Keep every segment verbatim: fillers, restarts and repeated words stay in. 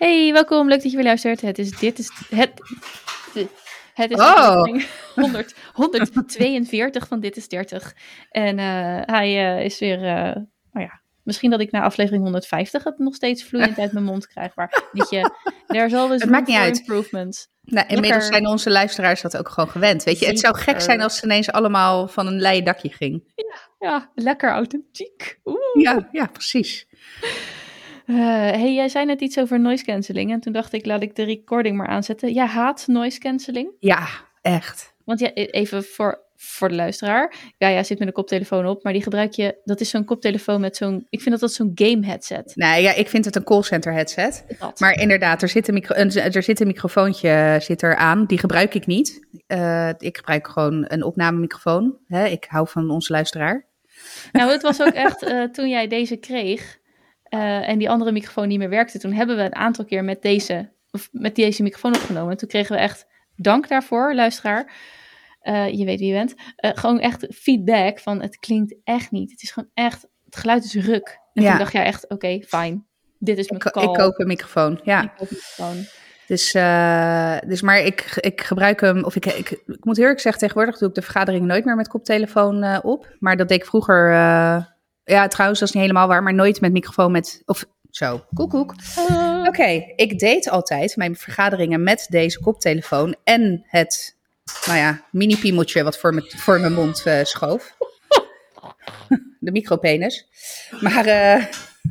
Hey, welkom. Leuk dat je weer luistert. Het is, dit is, het, het is Oh. honderd, honderdtweeënveertig van Dit is dertig. En uh, hij uh, is weer, uh, nou ja, misschien dat ik na aflevering honderdvijftig het nog steeds vloeiend uit mijn mond krijg. Maar weet je, there's always room for improvement. Nou, inmiddels zijn onze luisteraars dat ook gewoon gewend. Weet je, het zou gek zijn als het ineens allemaal van een leien dakje ging. Ja, ja, lekker authentiek. Oeh. Ja, ja, precies. Uh, hey, jij zei net iets over noise cancelling en toen dacht ik, laat ik de recording maar aanzetten. Jij haat noise cancelling? Ja, echt. Want ja, even voor, voor de luisteraar. Ja, jij zit met een koptelefoon op, maar die gebruik je, dat is zo'n koptelefoon met zo'n, ik vind dat dat zo'n game headset. Nee, ja, ik vind het een callcenter headset. Dat. Maar inderdaad, er zit een, micro, er zit een microfoontje zit er aan, die gebruik ik niet. Uh, ik gebruik gewoon een opnamemicrofoon. Hè? Ik hou van onze luisteraar. Nou, het was ook echt, uh, toen jij deze kreeg, Uh, en die andere microfoon niet meer werkte, toen hebben we een aantal keer met deze, of met deze microfoon opgenomen. En toen kregen we echt dank daarvoor, luisteraar. Uh, je weet wie je bent. Uh, gewoon echt feedback van het klinkt echt niet. Het is gewoon echt, het geluid is ruk. En ja. Toen dacht jij echt, oké, okay, fijn. Dit is mijn ik, call. Ik koop een microfoon, ja. Ik koop een microfoon. Dus, uh, dus maar ik, ik gebruik hem, of ik, ik, ik moet eerlijk zeggen, tegenwoordig doe ik de vergadering nooit meer met koptelefoon uh, op. Maar dat deed ik vroeger... Uh, Ja, trouwens, dat is niet helemaal waar, maar nooit met microfoon met... Of zo, koek, koek. Uh. Oké, okay, ik deed altijd mijn vergaderingen met deze koptelefoon en het, nou ja, mini-piemeltje wat voor, me, voor mijn mond uh, schoof. De micropenis. Maar uh,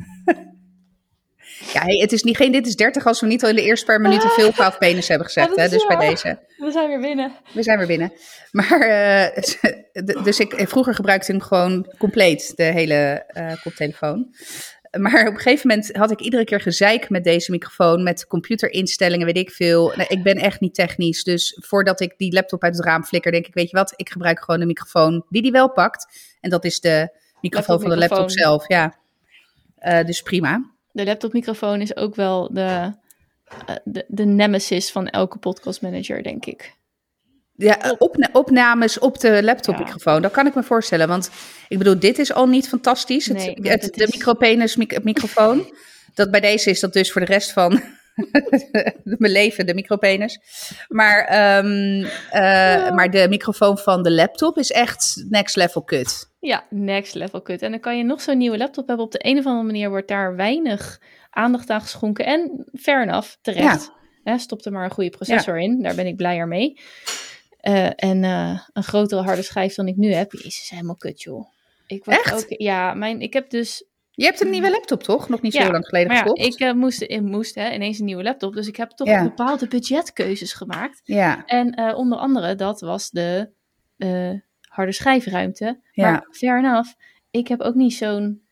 ja, hey, het is niet geen Dit is dertig als we niet al in de eerste paar minuten veel gauw penis hebben gezegd. Hè, dus bij deze. We zijn weer binnen. We zijn weer binnen. Maar, uh, dus ik, vroeger gebruikte ik hem gewoon compleet, de hele uh, koptelefoon. Maar op een gegeven moment had ik iedere keer gezeik met deze microfoon, met computerinstellingen, weet ik veel. Nou, ik ben echt niet technisch, dus voordat ik die laptop uit het raam flikker, denk ik, weet je wat, ik gebruik gewoon de microfoon die die wel pakt. En dat is de microfoon van de laptop zelf, ja. Uh, dus prima. De laptopmicrofoon is ook wel de, uh, de, de nemesis van elke podcastmanager, denk ik. Ja, opna- opnames op de laptopmicrofoon, ja. Dat kan ik me voorstellen. Want ik bedoel, dit is al niet fantastisch. Het, nee, het, het de is... micropenis mic- microfoon. Dat bij deze is dat dus voor de rest van mijn leven, de micropenis. Maar, um, uh, ja. maar de microfoon van de laptop is echt next level kut. Ja, next level kut. En dan kan je nog zo'n nieuwe laptop hebben. Op de een of andere manier wordt daar weinig aandacht aan geschonken. En fair enough, terecht. Ja. He, stop er maar een goede processor ja. in. Daar ben ik blijer mee. Uh, en uh, een grotere harde schijf dan ik nu heb. Jezus, helemaal kut, joh. Ik was Echt? Ook, ja, mijn, ik heb dus... Je hebt een nieuwe laptop, toch? Nog niet zo ja, lang geleden maar gekocht. Ja, ik uh, moest, ik moest hè, ineens een nieuwe laptop. Dus ik heb toch ja. bepaalde budgetkeuzes gemaakt. Ja. En uh, onder andere, dat was de uh, harde schijfruimte. Ja. Maar fair enough, ik heb ook niet zo'n...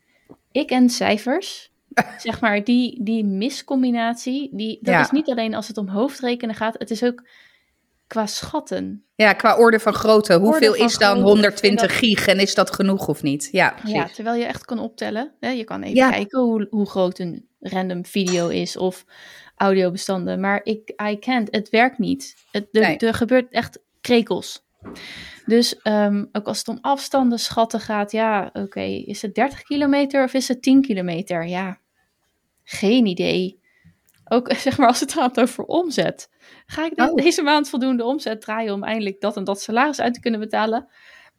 Ik en cijfers... zeg maar, die, die miscombinatie... Die, dat ja. is niet alleen als het om hoofdrekenen gaat. Het is ook... qua schatten. Ja, qua orde van grootte. Orde Hoeveel van is dan grootte, honderdtwintig dat... gig en is dat genoeg of niet? Ja, precies. Ja, terwijl je echt kan optellen. Hè? Je kan even ja. kijken hoe, hoe groot een random video is of audiobestanden. Maar ik, I can't. Het werkt niet. Het, er, nee. er gebeurt echt krekels. Dus um, ook als het om afstanden schatten gaat. Ja, oké. Okay, is het dertig kilometer of is het tien kilometer? Ja, geen idee. Ook zeg maar als het gaat over omzet. Ga ik dit, oh. deze maand voldoende omzet draaien om eindelijk dat en dat salaris uit te kunnen betalen?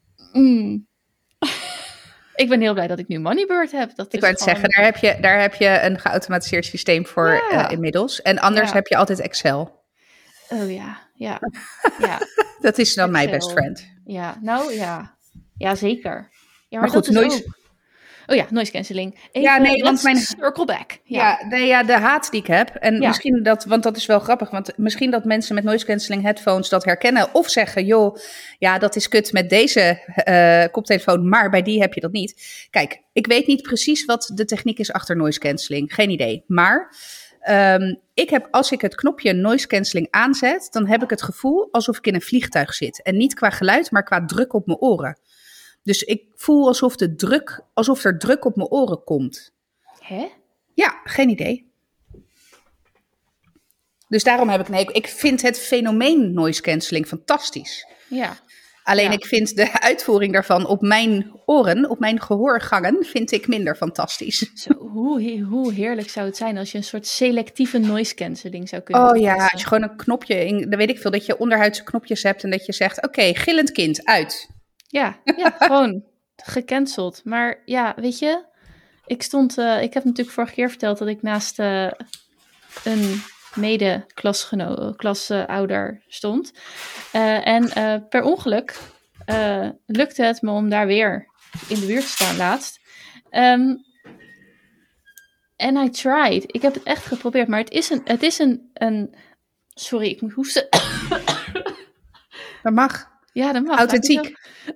Mm. Ik ben heel blij dat ik nu Moneybird heb. Dat ik wou het gewoon... zeggen, daar heb, je, daar heb je een geautomatiseerd systeem voor ja. uh, inmiddels. En anders ja. heb je altijd Excel. Oh ja, ja. ja. Dat is dan mijn best friend. Ja, nou ja. Ja, zeker. Ja, maar, maar goed, nooit... Ook... Oh ja, noise cancelling. Even, ja, nee, want mijn circle back. Ja, ja, de, ja, de haat die ik heb. En ja. misschien dat, want dat is wel grappig. Want misschien dat mensen met noise cancelling headphones dat herkennen. Of zeggen, joh, ja, dat is kut met deze uh, koptelefoon. Maar bij die heb je dat niet. Kijk, ik weet niet precies wat de techniek is achter noise cancelling. Geen idee. Maar um, ik heb, als ik het knopje noise cancelling aanzet, dan heb ik het gevoel alsof ik in een vliegtuig zit. En niet qua geluid, maar qua druk op mijn oren. Dus ik voel alsof, de druk, alsof er druk op mijn oren komt. Hè? Ja, geen idee. Dus daarom heb ik een hekel. Ik vind het fenomeen noise cancelling fantastisch. Ja. Alleen Ja. ik vind de uitvoering daarvan op mijn oren, op mijn gehoorgangen, vind ik minder fantastisch. Zo, hoe, he- hoe heerlijk zou het zijn als je een soort selectieve noise cancelling zou kunnen Oh toepassen. ja, als je gewoon een knopje, in, dan weet ik veel, dat je onderhuidse knopjes hebt en dat je zegt, oké, gillend kind, uit. Ja, ja, gewoon gecanceld. Maar ja, weet je, ik stond, uh, ik heb natuurlijk vorige keer verteld dat ik naast uh, een mede-klasouder stond. Uh, en uh, per ongeluk uh, lukte het me om daar weer in de buurt te staan laatst. Um, En I tried. Ik heb het echt geprobeerd, maar het is een, het is een, een... Sorry, ik moet hoesten. Dat mag. Ja, dat mag. Authentiek.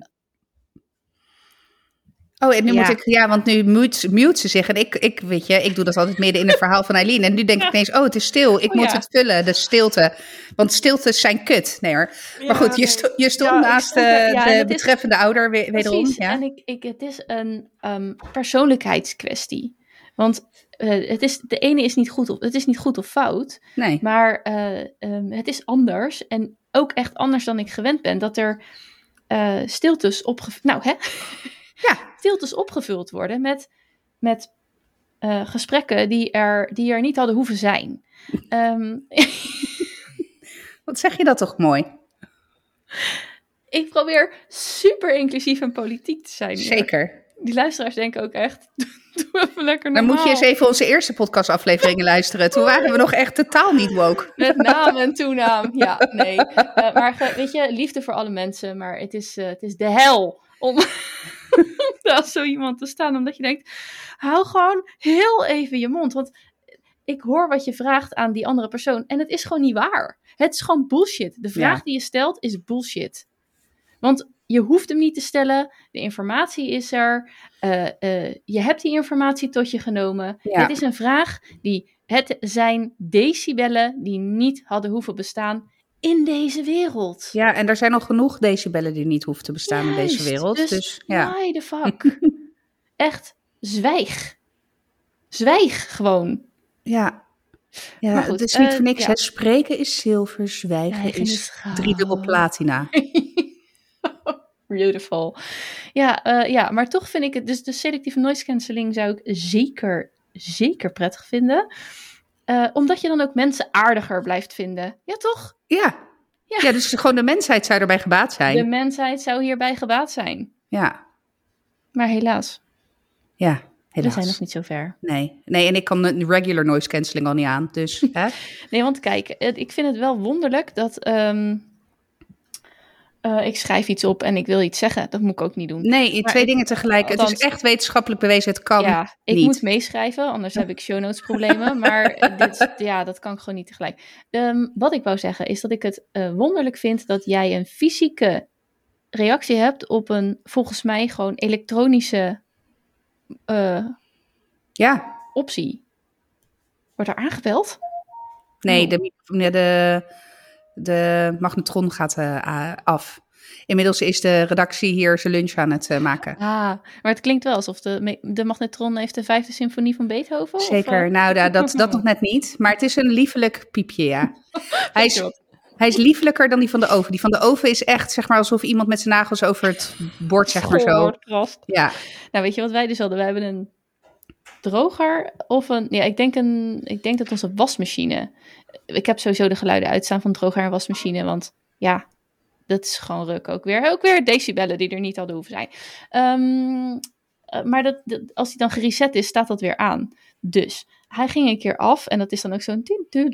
Oh, en nu ja. moet ik... Ja, want nu mute, mute ze zich. En ik, ik, weet je, ik doe dat altijd midden in het verhaal van Eileen. En nu denk ik ineens, oh, het is stil. Ik oh, moet ja. het vullen, de stilte. Want stiltes zijn kut. Nee hoor. Ja, maar goed, je, sto, je stond ja, naast stond, uh, ja, de betreffende is, ouder wederom. Ja. En ik, ik, het is een um, persoonlijkheidskwestie. Want uh, het is, de ene is niet goed of, het is niet goed of fout. Nee. Maar uh, um, het is anders. En ook echt anders dan ik gewend ben. Dat er uh, stiltes opgevuld... Nou, hè? Ja. Stiltes opgevuld worden met, met uh, gesprekken die er, die er niet hadden hoeven zijn. Um, Wat zeg je dat toch mooi? Ik probeer super inclusief en politiek te zijn. Zeker. Hier. Die luisteraars denken ook echt... Doe even lekker normaal. Dan moet je eens even onze eerste podcastafleveringen luisteren. Toen waren we nog echt totaal niet woke. Met naam en toenaam. Ja, nee. Uh, maar weet je, liefde voor alle mensen. Maar het is, uh, het is de hel om naast zo iemand te staan. Omdat je denkt, hou gewoon heel even je mond. Want ik hoor wat je vraagt aan die andere persoon. En het is gewoon niet waar. Het is gewoon bullshit. De vraag ja. die je stelt is bullshit. Want je hoeft hem niet te stellen. De informatie is er. Uh, uh, je hebt die informatie tot je genomen. Ja. Het is een vraag die... Het zijn decibellen die niet hadden hoeven bestaan in deze wereld. Ja, en er zijn al genoeg decibellen die niet hoeven te bestaan Juist, in deze wereld. Dus, dus ja. why the fuck? Echt, zwijg. Zwijg gewoon. Ja. Ja, goed, het is niet uh, voor niks. Ja. Spreken is zilver, zwijgen ja, is, is driedubbel platina. Beautiful. Ja, uh, ja, maar toch vind ik het... Dus de selectieve noise cancelling zou ik zeker, zeker prettig vinden. Uh, omdat je dan ook mensen aardiger blijft vinden. Ja, toch? Ja. Ja. ja, dus gewoon de mensheid zou erbij gebaat zijn. De mensheid zou hierbij gebaat zijn. Ja. Maar helaas. Ja, helaas. We zijn nog niet zo ver. Nee, nee en ik kan de regular noise cancelling al niet aan. Dus, hè? Nee, want kijk, ik vind het wel wonderlijk dat... Um, Uh, ik schrijf iets op en ik wil iets zeggen. Dat moet ik ook niet doen. Nee, twee ik, dingen tegelijk. Althans, het is echt wetenschappelijk bewezen. Het kan ja, ik niet. moet meeschrijven, anders heb ik show notes problemen. Maar dit, ja, dat kan ik gewoon niet tegelijk. Um, wat ik wou zeggen is dat ik het uh, wonderlijk vind dat jij een fysieke reactie hebt op een volgens mij gewoon elektronische uh, ja. optie. Wordt er aangebeld? Nee, de, de, de magnetron gaat uh, af. Inmiddels is de redactie hier zijn lunch aan het uh, maken. Ah, maar het klinkt wel alsof de, de magnetron heeft de vijfde symfonie van Beethoven. Zeker, of? nou da, dat, dat nog net niet. Maar het is een liefelijk piepje, ja. Hij is, hij is liefelijker dan die van de oven. Die van de oven is echt, zeg maar, alsof iemand met zijn nagels over het bord, zeg maar zo. Ja. Nou, weet je wat wij dus hadden? Wij hebben een droger of een... Ja, ik denk, een, ik denk dat onze wasmachine... Ik heb sowieso de geluiden uitstaan van droger en wasmachine, want ja... Dat is gewoon ruk ook weer. Ook weer decibellen die er niet hadden hoeven zijn. Um, uh, maar dat, dat, als die dan gereset is, staat dat weer aan. Dus hij ging een keer af. En dat is dan ook zo'n...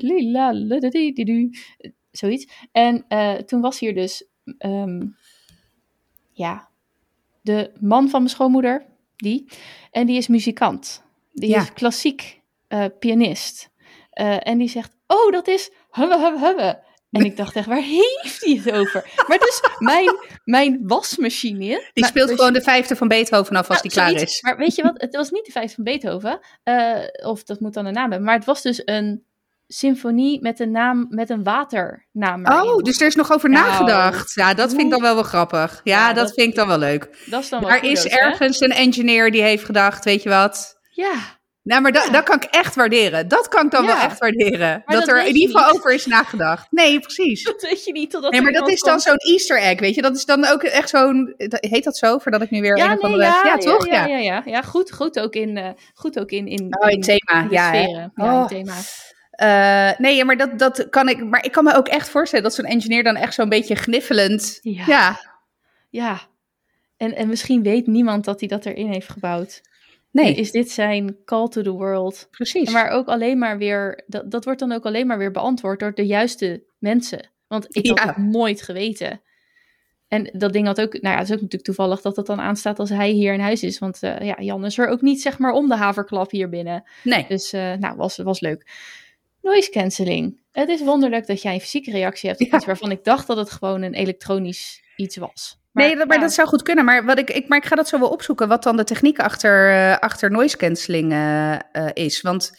Zoiets. En uh, toen was hier dus... Um, ja... De man van mijn schoonmoeder. Die. En die is muzikant. Die ja. is klassiek uh, pianist. Uh, en die zegt... Oh, dat is... Hubbe, hubbe, hubbe. En ik dacht echt, waar heeft hij het over? Maar dus mijn, mijn wasmachine... Die speelt dus, gewoon de vijfde van Beethoven af als nou, die klaar zoiets, is. Maar weet je wat, het was niet de vijfde van Beethoven. Uh, of dat moet dan een naam hebben. Maar het was dus een symfonie met een naam, met een waternaam erin. Oh, dus er is nog over nou, nagedacht. Ja, dat vind ik dan wel wel grappig. Ja, ja dat, dat vind ik dan wel leuk. Dat is dan wel er is ergens hè? een engineer die heeft gedacht, weet je wat... Ja. Nou, maar dat, dat kan ik echt waarderen. Dat kan ik dan ja. wel echt waarderen. Dat, dat er in ieder geval over is nagedacht. Nee, precies. Dat weet je niet totdat Nee, maar dat is dan komt. Zo'n Easter egg, weet je. Dat is dan ook echt zo'n... Heet dat zo? Voordat ik nu weer ja, een nee, of andere... Ja, ja, toch? Ja, ja, ja. ja. ja goed, goed ook in... Uh, goed ook in, in, oh, in, in thema. In de ja, sferen. oh. Ja, in thema. Uh, nee, maar dat, dat kan ik... Maar ik kan me ook echt voorstellen dat zo'n engineer dan echt zo'n beetje gniffelend... Ja. Ja. ja. En, en misschien weet niemand dat hij dat erin heeft gebouwd. Nee. En is dit zijn call to the world? Precies. Maar ook alleen maar weer... Dat, dat wordt dan ook alleen maar weer beantwoord door de juiste mensen. Want ik had ja. het nooit geweten. En dat ding had ook... Nou ja, het is ook natuurlijk toevallig dat het dan aanstaat als hij hier in huis is. Want uh, ja, Jan is er ook niet zeg maar om de haverklap hier binnen. Nee. Dus uh, nou, was, was leuk. Noise cancelling. Het is wonderlijk dat jij een fysieke reactie hebt op ja. iets waarvan ik dacht dat het gewoon een elektronisch iets was. Maar, nee, dat, maar ja. dat zou goed kunnen. Maar, wat ik, ik, maar ik ga dat zo wel opzoeken, wat dan de techniek achter, uh, achter noise cancelling uh, uh, is. Want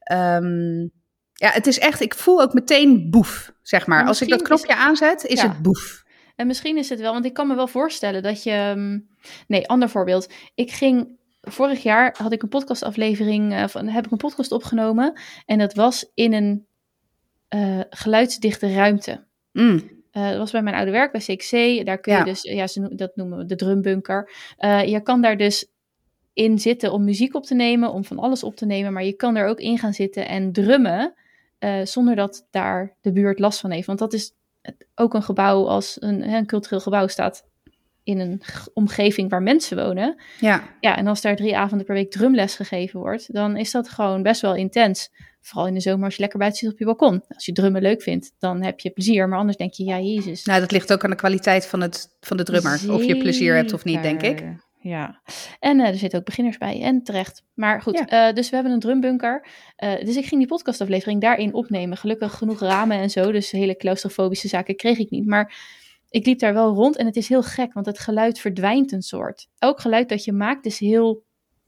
um, ja, het is echt, ik voel ook meteen boef, zeg maar. Als ik dat knopje is, aanzet, is ja. het boef. En misschien is het wel, want ik kan me wel voorstellen dat je... Um, nee, ander voorbeeld. Ik ging... Vorig jaar had ik een podcastaflevering, uh, van, heb ik een podcast opgenomen. En dat was in een uh, geluidsdichte ruimte. Mm. Uh, dat was bij mijn oude werk, bij C X C. Daar kun je ja. dus, ja, ze, dat noemen we de drumbunker. Uh, je kan daar dus in zitten om muziek op te nemen, om van alles op te nemen. Maar je kan er ook in gaan zitten en drummen, uh, zonder dat daar de buurt last van heeft. Want dat is ook een gebouw, als een, een cultureel gebouw staat in een g- omgeving waar mensen wonen. Ja. Ja, en als daar drie avonden per week drumles gegeven wordt, dan is dat gewoon best wel intens. Vooral in de zomer als je lekker buiten zit op je balkon. Als je drummen leuk vindt, dan heb je plezier. Maar anders denk je, ja, jezus. Nou, dat ligt ook aan de kwaliteit van, het, van de drummer. Zeker. Of je plezier hebt of niet, denk ik. Ja, en uh, er zitten ook beginners bij. En terecht. Maar goed, ja. uh, dus we hebben een drumbunker. Uh, dus ik ging die podcastaflevering daarin opnemen. Gelukkig genoeg ramen en zo. Dus hele claustrofobische zaken kreeg ik niet. Maar ik liep daar wel rond en het is heel gek. Want het geluid verdwijnt een soort. Elk geluid dat je maakt is heel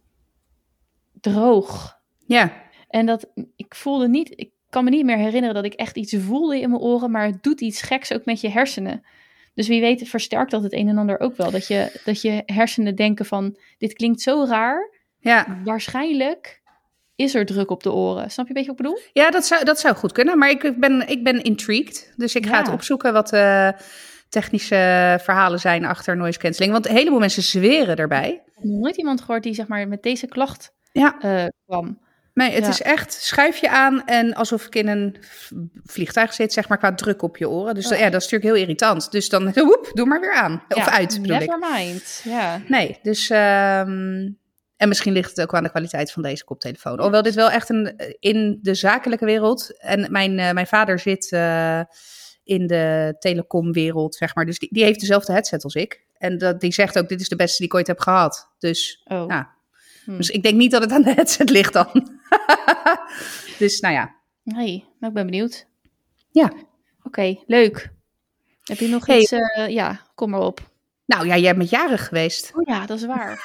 droog. Ja. En dat, ik voelde niet, ik kan me niet meer herinneren dat ik echt iets voelde in mijn oren, maar het doet iets geks ook met je hersenen. Dus wie weet versterkt dat het een en ander ook wel. Dat je, dat je hersenen denken van, dit klinkt zo raar. Ja. Waarschijnlijk is er druk op de oren. Snap je een beetje wat ik bedoel? Ja, dat zou, dat zou goed kunnen. Maar ik ben, ik ben intrigued. Dus ik ga ja. het opzoeken wat de technische verhalen zijn achter noise cancelling. Want een heleboel mensen zweren erbij. Ik heb nooit iemand gehoord die zeg maar met deze klacht ja. uh, kwam. Nee, het ja. is echt, schuif je aan en alsof ik in een vliegtuig zit, zeg maar, qua druk op je oren. Dus oh. dat, ja, dat is natuurlijk heel irritant. Dus dan, woep, doe maar weer aan. Ja, of uit, bedoel never ik. mind, ja. Nee, dus, um, en misschien ligt het ook aan de kwaliteit van deze koptelefoon. Ja. Hoewel dit wel echt een, in de zakelijke wereld, en mijn, uh, mijn vader zit uh, in de telecomwereld, zeg maar. Dus die, die heeft dezelfde headset als ik. En dat, die zegt ook, dit is de beste die ik ooit heb gehad. Dus, oh. ja. Hmm. Dus ik denk niet dat het aan de headset ligt dan. Dus, nou ja. Nee, nou, ik ben benieuwd. Ja. Oké, okay, leuk. Heb je nog hey. iets? Uh, ja, kom maar op. Nou ja, jij bent jarig geweest. Oh ja, dat is waar.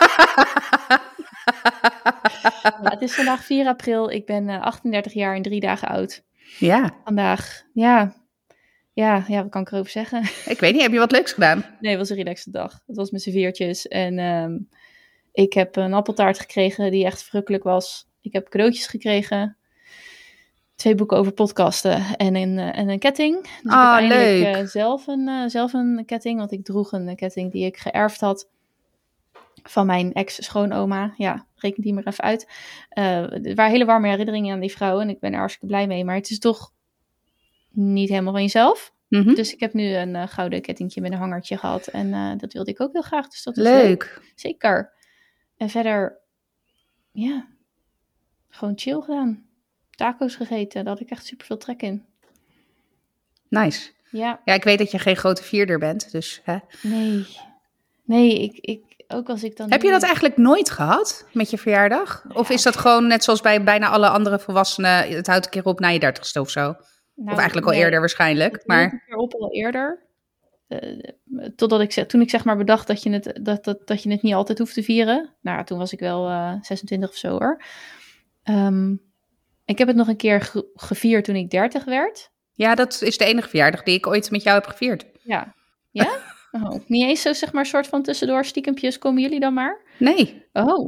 Ja, het is vandaag vier april. Ik ben uh, achtendertig jaar en drie dagen oud. Ja. Vandaag, ja. Ja, ja, wat kan ik erover zeggen? Ik weet niet, heb je wat leuks gedaan? Nee, het was een relaxte dag. Het was met z'n viertjes en... Um, Ik heb een appeltaart gekregen die echt verrukkelijk was. Ik heb cadeautjes gekregen. Twee boeken over podcasten en een, uh, en een ketting. Dus ah, ik heb eindelijk leuk. Uh, zelf, een, uh, zelf een ketting. Want ik droeg een ketting die ik geërfd had van mijn ex-schoonoma. Ja, reken die maar even uit. Uh, er waren hele warme herinneringen aan die vrouw. En ik ben er hartstikke blij mee. Maar het is toch niet helemaal van jezelf. Mm-hmm. Dus ik heb nu een uh, gouden kettingje met een hangertje gehad. En uh, dat wilde ik ook heel graag. Dus dat is leuk. leuk. Zeker. En verder, ja, gewoon chill gedaan. Taco's gegeten, daar had ik echt super veel trek in. Nice. Ja. Ja, ik weet dat je geen grote vierder bent, dus hè. Nee, nee, ik, ik, ook als ik dan... Heb je dat eigenlijk nooit gehad, met je verjaardag? Ja, of is dat gewoon net zoals bij bijna alle andere volwassenen, het houdt een keer op na je dertigste of zo? Nou, of eigenlijk nee, al eerder waarschijnlijk, het maar... een keer op al eerder. Uh, totdat ik, toen ik zeg maar bedacht dat je, het, dat, dat, dat je het niet altijd hoeft te vieren. Nou, toen was ik wel uh, zesentwintig of zo hoor. Um, ik heb het nog een keer ge- gevierd toen ik dertig werd. Ja, dat is de enige verjaardag die ik ooit met jou heb gevierd. Ja. Ja? Oh, niet eens zo zeg maar soort van tussendoor stiekempjes, komen jullie dan maar? Nee. Oh.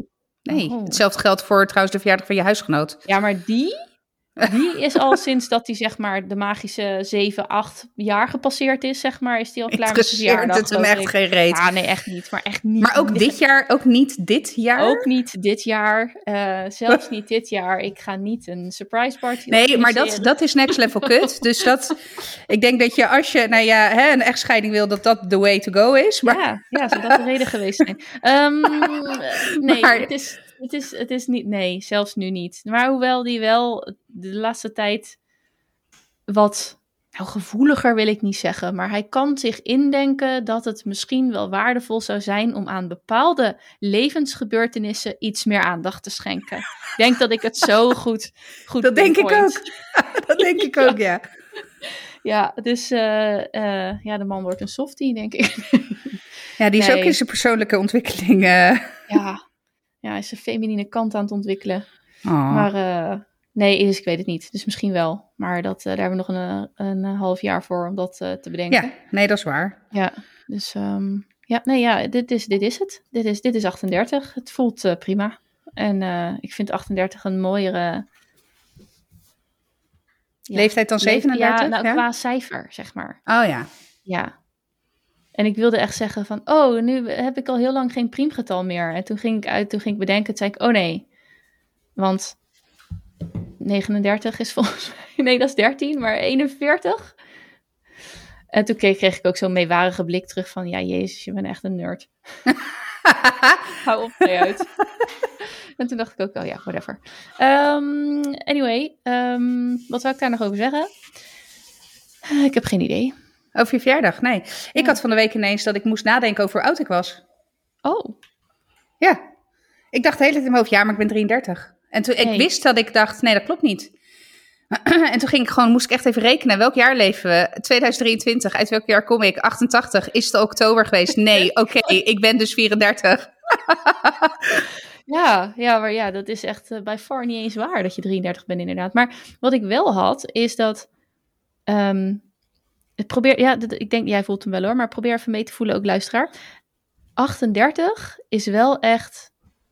Nee, oh. Hetzelfde geldt voor trouwens de verjaardag van je huisgenoot. Ja, maar die... Die is al sinds dat hij zeg maar de magische zeven, acht jaar gepasseerd is, zeg maar, is die al klaar met zijn verjaardag. Het hem echt geen reet. Ja, nee, echt niet. Maar echt niet. Maar ook niet. dit jaar, ook niet dit jaar? Ook niet dit jaar. Uh, zelfs niet dit jaar. Ik ga niet een surprise party Nee, maar dat, dat is next level kut. Dus dat, ik denk dat je als je, nou ja, hè, een echtscheiding wil, dat dat the way to go is. Maar... Ja, ja, zou dat de reden geweest zijn. Um, nee, maar... het is... Het is, het is niet, nee, zelfs nu niet. Maar hoewel die wel de laatste tijd wat, nou gevoeliger wil ik niet zeggen, maar hij kan zich indenken dat het misschien wel waardevol zou zijn om aan bepaalde levensgebeurtenissen iets meer aandacht te schenken. Ik denk dat ik het zo goed, goed Dat denk ik ook. Dat denk ik ook, ja. Ja, dus uh, uh, ja, de man wordt een softie, denk ik. Ja, die is nee. ook in zijn persoonlijke ontwikkeling. Uh... Ja. Ja, hij is een feminine kant aan het ontwikkelen. Oh. Maar uh, nee, Iris, ik weet het niet. Dus misschien wel. Maar dat, uh, daar hebben we nog een, een half jaar voor om dat uh, te bedenken. Ja, nee, dat is waar. Ja, dus um, ja, nee, ja, dit is, dit is het. Dit is, dit is achtendertig. Het voelt uh, prima. En uh, ik vind achtendertig een mooiere... Ja, leeftijd dan zevenendertig? Ja, nou, ja? Qua cijfer, zeg maar. Oh ja. Ja. En ik wilde echt zeggen van, oh, nu heb ik al heel lang geen priemgetal meer. En toen ging ik uit, toen ging ik bedenken, toen zei ik, oh nee. Want negenendertig is volgens mij, nee dat is dertien, maar eenenveertig. En toen kreeg, kreeg ik ook zo'n meewarige blik terug van, ja jezus, je bent echt een nerd. Hou op, nee uit. En toen dacht ik ook, oh ja, whatever. Um, anyway, um, wat zou ik daar nog over zeggen? Uh, ik heb geen idee. Over je verjaardag? Nee. Ik ja. had van de week ineens dat ik moest nadenken over hoe oud ik was. Oh. Ja. Ik dacht de hele tijd in mijn hoofd, ja, maar ik ben drieëndertig. En toen nee. ik wist dat ik dacht, nee, dat klopt niet. En toen ging ik gewoon, moest ik echt even rekenen. Welk jaar leven we? tweeduizend drieëntwintig. Uit welk jaar kom ik? achtentachtig. Is het oktober geweest? Nee. Oké, okay, ik ben dus vierendertig. Ja, ja, maar ja, dat is echt uh, by far niet eens waar dat je drieëndertig bent inderdaad. Maar wat ik wel had, is dat... Um, probeer, ja, dat, ik denk, jij voelt hem wel hoor, maar probeer even mee te voelen, ook luisteraar. achtendertig is wel echt...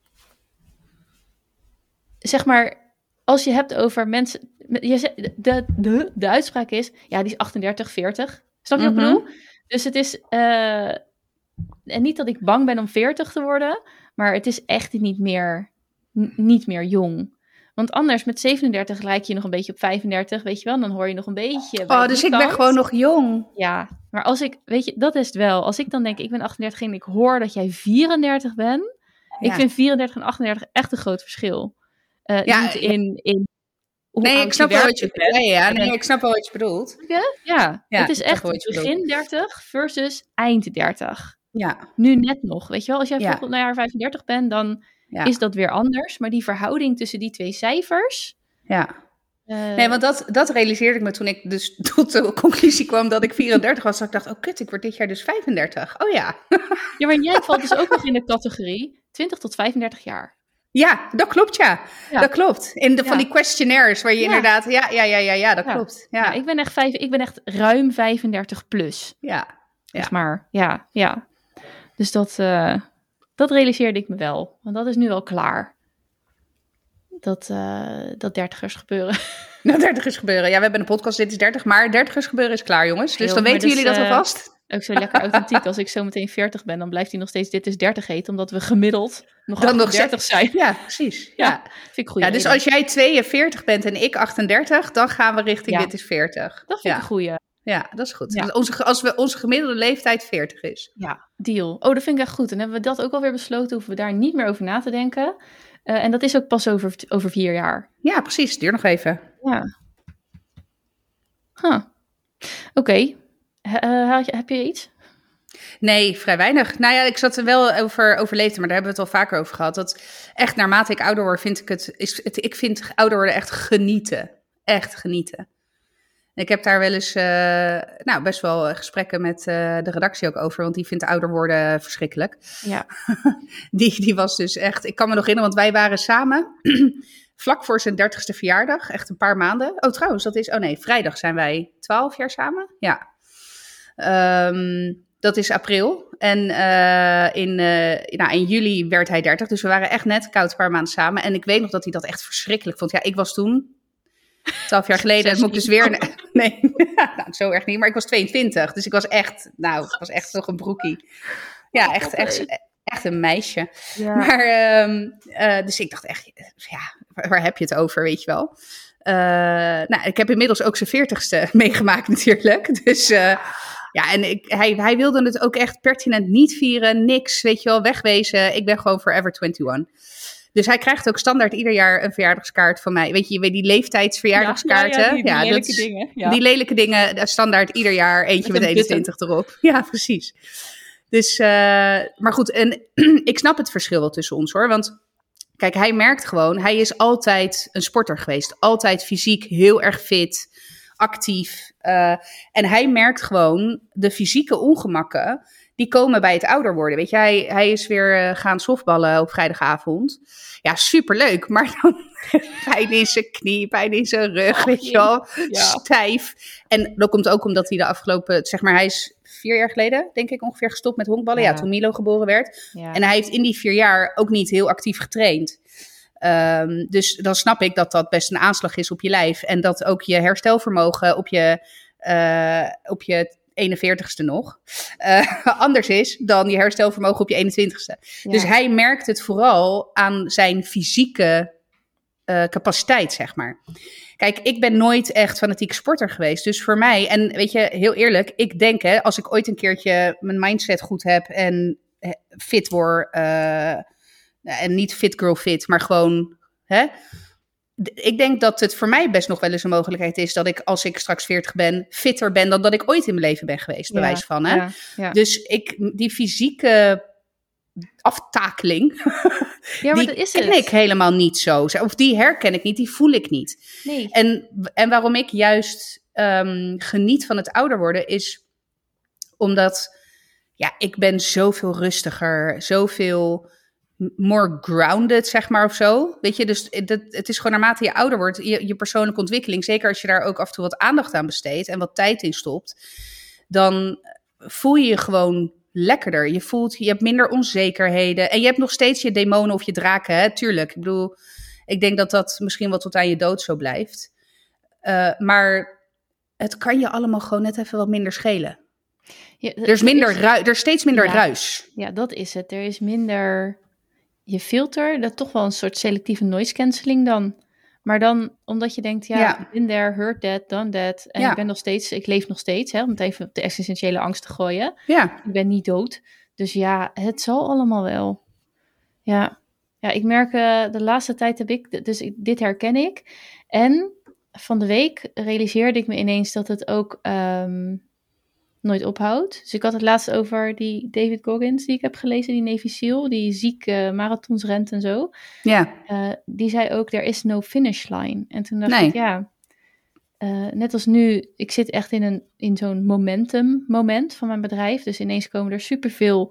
Zeg maar, als je hebt over mensen... Je, de, de, de uitspraak is, ja, die is achtendertig, veertig. Snap je mm-hmm. wat ik bedoel? Dus het is... Uh, en niet dat ik bang ben om veertig te worden, maar het is echt niet meer, n- niet meer jong. Want anders met zevenendertig lijk je nog een beetje op vijfendertig, weet je wel. Dan hoor je nog een beetje... Oh, dus ik kant. ben gewoon nog jong. Ja, maar als ik... Weet je, dat is het wel. Als ik dan denk, ik ben achtendertig en ik hoor dat jij vierendertig bent. Ja. Ik vind vierendertig en achtendertig echt een groot verschil. Uh, ja, niet in... in nee, ik snap wel wat je bedoelt. Nee, ja, nee, ik snap wel wat je bedoelt. Ja, ja, ja het is echt begin dertig versus eind dertig. Ja. Nu net nog, weet je wel. Als jij volgend ja. jaar vijfendertig bent, dan... Ja. Is dat weer anders. Maar die verhouding tussen die twee cijfers... Ja. Uh, nee, want dat, dat realiseerde ik me toen ik dus tot de conclusie kwam dat ik vierendertig was. Dat ik dacht, oh kut, ik word dit jaar dus vijfendertig. Oh ja. Ja, maar jij valt dus ook nog in de categorie twintig tot vijfendertig jaar. Ja, dat klopt, ja. ja. Dat klopt. In de, ja. Van die questionnaires waar je ja. inderdaad... Ja, ja, ja, ja, ja dat ja. klopt. Ja. Ja, ik, ben echt vijf, ik ben echt ruim vijfendertig plus. Ja. Zeg ja. maar, ja, ja. Dus dat... Uh, Dat realiseerde ik me wel, want dat is nu wel klaar. Dat, uh, dat dertigers gebeuren. Dat dertigers gebeuren. Ja, we hebben een podcast, dit is dertig, maar dertigers gebeuren is klaar, jongens. Dus Heel, dan weten dus, jullie dat uh, alvast. Ook zo lekker authentiek. Als ik zo meteen veertig ben, dan blijft hij nog steeds dit is dertig heten, omdat we gemiddeld nog dan nog dertig zijn. Ja, precies. Ja, ja vind ik goed. Ja, dus als jij tweeënveertig bent en ik achtendertig, dan gaan we richting ja. dit is veertig. Dat vind ja. ik een goeie. Ja, dat is goed. Ja. Onze, als we, onze gemiddelde leeftijd veertig is. Ja, deal. Oh, dat vind ik echt goed. En hebben we dat ook alweer besloten, hoeven we daar niet meer over na te denken. Uh, en dat is ook pas over, over vier jaar. Ja, precies. Duur nog even. Ja. Huh. Oké. Okay. Uh, heb je iets? Nee, vrij weinig. Nou ja, ik zat er wel over, over leeftijd, maar daar hebben we het al vaker over gehad. Dat echt naarmate ik ouder word, vind ik het... Is, het ik vind ouder worden echt genieten. Echt genieten. Ik heb daar wel eens, uh, nou, best wel gesprekken met uh, de redactie ook over, want die vindt ouder worden verschrikkelijk. Ja. die, die was dus echt, ik kan me nog herinneren, want wij waren samen vlak voor zijn dertigste verjaardag, echt een paar maanden. Oh, trouwens, dat is, oh nee, vrijdag zijn wij twaalf jaar samen. Ja. Um, Dat is april. En uh, in, uh, nou, in juli werd hij dertig. Dus we waren echt net koud een paar maanden samen. En ik weet nog dat hij dat echt verschrikkelijk vond. Ja, ik was toen, twaalf jaar geleden, het moet ik dus weer... Nee, nou, zo erg niet. Maar ik was tweeëntwintig. Dus ik was echt, nou, ik was echt nog een broekie. Ja, echt, echt, echt een meisje. Ja. Maar, uh, uh, dus ik dacht echt, ja, waar, waar heb je het over, weet je wel? Uh, nou, ik heb inmiddels ook zijn veertigste meegemaakt natuurlijk. Dus... Uh, Ja, en ik, hij, hij wilde het ook echt pertinent niet vieren. Niks, weet je wel, wegwezen. Ik ben gewoon forever eenentwintig. Dus hij krijgt ook standaard ieder jaar een verjaardagskaart van mij. Weet je, je weet die leeftijdsverjaardagskaarten. Ja, ja, die, die ja, lelijke dat, dingen. Ja. Die lelijke dingen, standaard ieder jaar. Eentje met, met eenentwintig erop. Ja, precies. Dus, uh, maar goed, en ik snap het verschil wel tussen ons hoor. Want kijk, hij merkt gewoon, hij is altijd een sporter geweest. Altijd fysiek heel erg fit, actief. Uh, en hij merkt gewoon de fysieke ongemakken die komen bij het ouder worden. Weet je, hij, hij is weer uh, gaan softballen op vrijdagavond. Ja, superleuk. Maar dan pijn in zijn knie, pijn in zijn rug, oh, weet je wel. Ja. Stijf. En dat komt ook omdat hij de afgelopen, zeg maar, hij is vier jaar geleden, denk ik, ongeveer gestopt met honkballen. Ja, ja toen Milo geboren werd. Ja. En hij heeft in die vier jaar ook niet heel actief getraind. Um, dus dan snap ik dat dat best een aanslag is op je lijf. En dat ook je herstelvermogen op je, uh, op je eenenveertigste nog uh, anders is dan je herstelvermogen op je eenentwintigste. Ja. Dus hij merkt het vooral aan zijn fysieke uh, capaciteit, zeg maar. Kijk, ik ben nooit echt fanatiek sporter geweest. Dus voor mij, en weet je, heel eerlijk, ik denk hè, als ik ooit een keertje mijn mindset goed heb en fit word... Uh, En niet fit girl fit, maar gewoon... Hè? Ik denk dat het voor mij best nog wel eens een mogelijkheid is... dat ik als ik straks veertig ben, fitter ben... dan dat ik ooit in mijn leven ben geweest, bij ja, wijze van. Hè? Ja, ja. Dus ik, die fysieke aftakeling... Ja, maar die dat is ken het. ik helemaal niet zo. Of die herken ik niet, die voel ik niet. Nee. En, en waarom ik juist um, geniet van het ouder worden... is omdat ja, ik ben zoveel rustiger, zoveel... more grounded, zeg maar, of zo. Weet je, dus het, het is gewoon naarmate je ouder wordt, je, je persoonlijke ontwikkeling, zeker als je daar ook af en toe wat aandacht aan besteedt en wat tijd in stopt, dan voel je je gewoon lekkerder. Je voelt, je hebt minder onzekerheden en je hebt nog steeds je demonen of je draken, hè, tuurlijk. Ik bedoel, ik denk dat dat misschien wel tot aan je dood zo blijft. Uh, maar het kan je allemaal gewoon net even wat minder schelen. Ja, er is minder is, ru- er is steeds minder ja, ruis. Ja, dat is het. Er is minder... Je filter, dat toch wel een soort selectieve noise cancelling dan. Maar dan, omdat je denkt, ja, ja. been there, heard that, done that. En ja. ik ben nog steeds, ik leef nog steeds, hè, om het even op de existentiële angst te gooien. Ja. Ik ben niet dood. Dus ja, het zal allemaal wel. Ja, ja ik merk, uh, de laatste tijd heb ik, dus ik, dit herken ik. En van de week realiseerde ik me ineens dat het ook... Um, nooit ophoudt. Dus ik had het laatst over die David Goggins die ik heb gelezen, die Navy SEAL, die ziek uh, marathons rent en zo. Ja. Uh, die zei ook, there is no finish line. En toen dacht nee. ik, ja, uh, net als nu, ik zit echt in, een, in zo'n momentum moment van mijn bedrijf. Dus ineens komen er superveel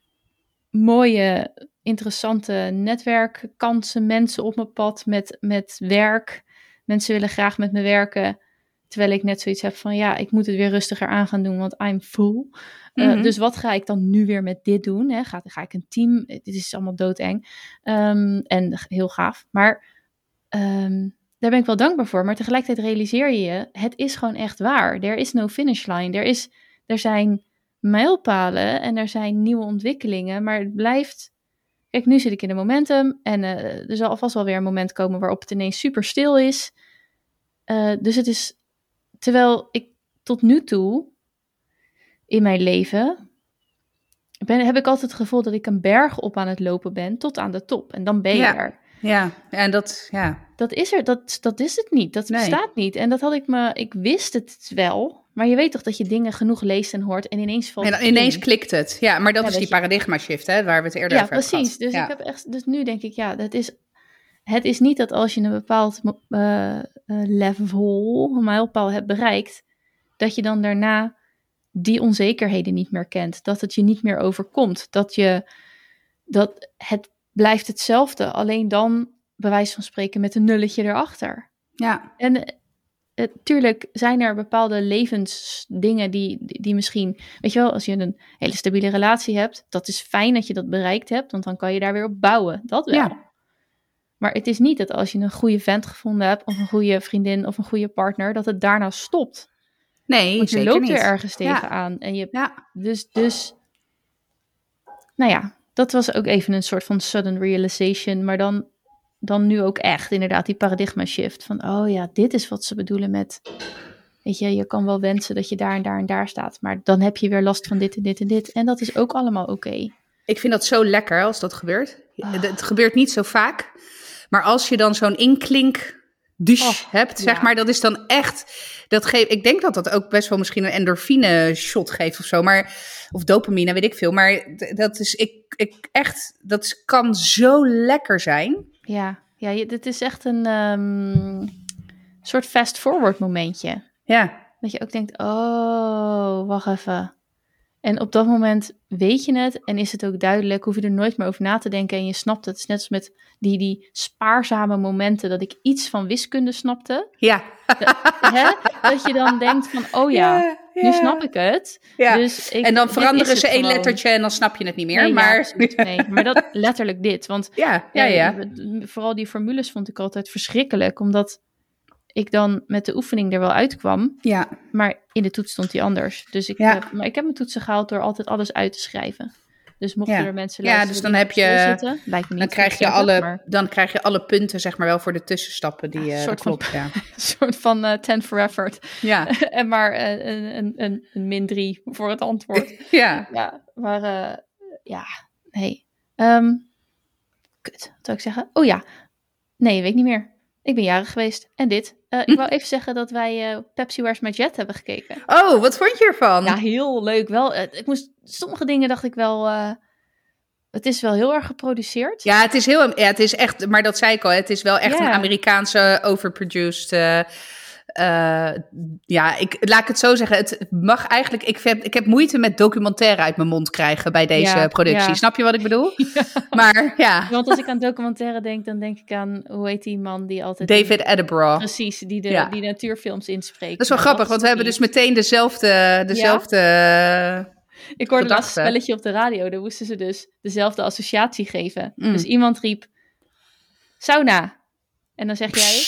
mooie, interessante netwerkkansen, mensen op mijn pad met, met werk. Mensen willen graag met me werken. Terwijl ik net zoiets heb van, ja, ik moet het weer rustiger aan gaan doen, want I'm full. Mm-hmm. Uh, dus wat ga ik dan nu weer met dit doen? Hè? Ga, ga ik een team? Dit is allemaal doodeng. Um, en heel gaaf. Maar um, daar ben ik wel dankbaar voor. Maar tegelijkertijd realiseer je je, het is gewoon echt waar. There is no finish line. Er, is, er zijn mijlpalen en er zijn nieuwe ontwikkelingen. Maar het blijft... Kijk, nu zit ik in een momentum. En uh, er zal alvast wel weer een moment komen waarop het ineens super stil is. Uh, dus het is... Terwijl ik tot nu toe in mijn leven ben, heb ik altijd het gevoel dat ik een berg op aan het lopen ben tot aan de top. En dan ben je ja. er. Ja, en dat, ja. Dat is er, dat, dat is het niet. Dat nee. bestaat niet. En dat had ik me, ik wist het wel. Maar je weet toch dat je dingen genoeg leest en hoort en ineens valt en dan, ineens in. klikt het. Ja, maar dat ja, is die je... paradigma shift, hè, waar we het eerder ja, over hebben precies. Dus, ja. ik heb echt, dus nu denk ik, ja, dat is... Het is niet dat als je een bepaald uh, uh, level, een mijlpaal hebt bereikt, dat je dan daarna die onzekerheden niet meer kent. Dat het je niet meer overkomt. Dat, je, dat het blijft hetzelfde, alleen dan bij wijze van spreken met een nulletje erachter. Ja. En uh, tuurlijk zijn er bepaalde levensdingen die, die, die misschien... Weet je wel, als je een hele stabiele relatie hebt, dat is fijn dat je dat bereikt hebt, want dan kan je daar weer op bouwen. Dat wel. Ja. Maar het is niet dat als je een goede vent gevonden hebt, of een goede vriendin of een goede partner, dat het daarna stopt. Nee, want je zeker loopt niet. er ergens tegenaan. Ja. En je, ja. Dus, dus, nou ja, dat was ook even een soort van sudden realization, maar dan, dan nu ook echt inderdaad die paradigma shift van, oh ja, dit is wat ze bedoelen met, weet je, je kan wel wensen dat je daar en daar en daar staat, maar dan heb je weer last van dit en dit en dit. En dat is ook allemaal oké. Okay. Ik vind dat zo lekker als dat gebeurt. Oh. Het gebeurt niet zo vaak, maar als je dan zo'n inklink dus oh, hebt, zeg ja. maar, dat is dan echt, dat geeft, ik denk dat dat ook best wel misschien een endorfine shot geeft of zo, maar, of dopamine, weet ik veel, maar dat is, ik, ik echt, dat kan zo lekker zijn. Ja, ja, dit is echt een um, soort fast-forward momentje. Ja. Dat je ook denkt, oh, wacht even. En op dat moment weet je het en is het ook duidelijk, hoef je er nooit meer over na te denken en je snapt het. Het is net als met die, die spaarzame momenten dat ik iets van wiskunde snapte. Ja. Dat, hè? Dat je dan denkt van, oh ja, ja, ja. nu snap ik het. Ja. Dus ik, en dan veranderen ze één lettertje en dan snap je het niet meer. Nee, maar... Ja, precies, nee, maar dat letterlijk dit. Want ja, ja, ja. Ja, vooral die formules vond ik altijd verschrikkelijk, omdat ik dan met de oefening er wel uitkwam. Ja. Maar in de toets stond die anders. Dus ik, ja. heb, maar ik heb mijn toetsen gehaald door altijd alles uit te schrijven. Dus mochten ja. er mensen luisteren ja, dus dan heb je, zitten, lijkt me niet dan krijg je zetten, alle, maar... dan krijg je alle punten, zeg maar wel voor de tussenstappen die ja, uh, soort klopt. Van, ja. Een soort van uh, ten for effort. Ja. En maar uh, een, een, een, een min drie voor het antwoord. ja. Ja, maar uh, ja, nee. Um, kut, wat zou ik zeggen? Oh ja, nee, weet ik niet meer. Ik ben jarig geweest. En dit. Uh, ik wou even zeggen dat wij uh, Pepsi Where's My Jet hebben gekeken. Oh, wat vond je ervan? Ja, heel leuk. Wel, uh, ik moest, sommige dingen dacht ik wel... Uh, het is wel heel erg geproduceerd. Ja, het is heel... Ja, het is echt... Maar dat zei ik al. Het is wel echt yeah. een Amerikaanse overproduced... Uh, uh, ja, ik, laat ik het zo zeggen. Het mag eigenlijk... Ik heb, ik heb moeite met documentaire uit mijn mond krijgen bij deze ja, productie. Ja. Snap je wat ik bedoel? Ja. Maar ja. Want als ik aan documentaire denk, dan denk ik aan... Hoe heet die man die altijd... David Attenborough. Precies, die de ja. die natuurfilms inspreekt. Dat is wel nou, grappig, want we hebben dus meteen dezelfde... dezelfde ja? Ik hoorde laatst een spelletje op de radio. Daar moesten ze dus dezelfde associatie geven. Mm. Dus iemand riep... Sauna. En dan zeg jij...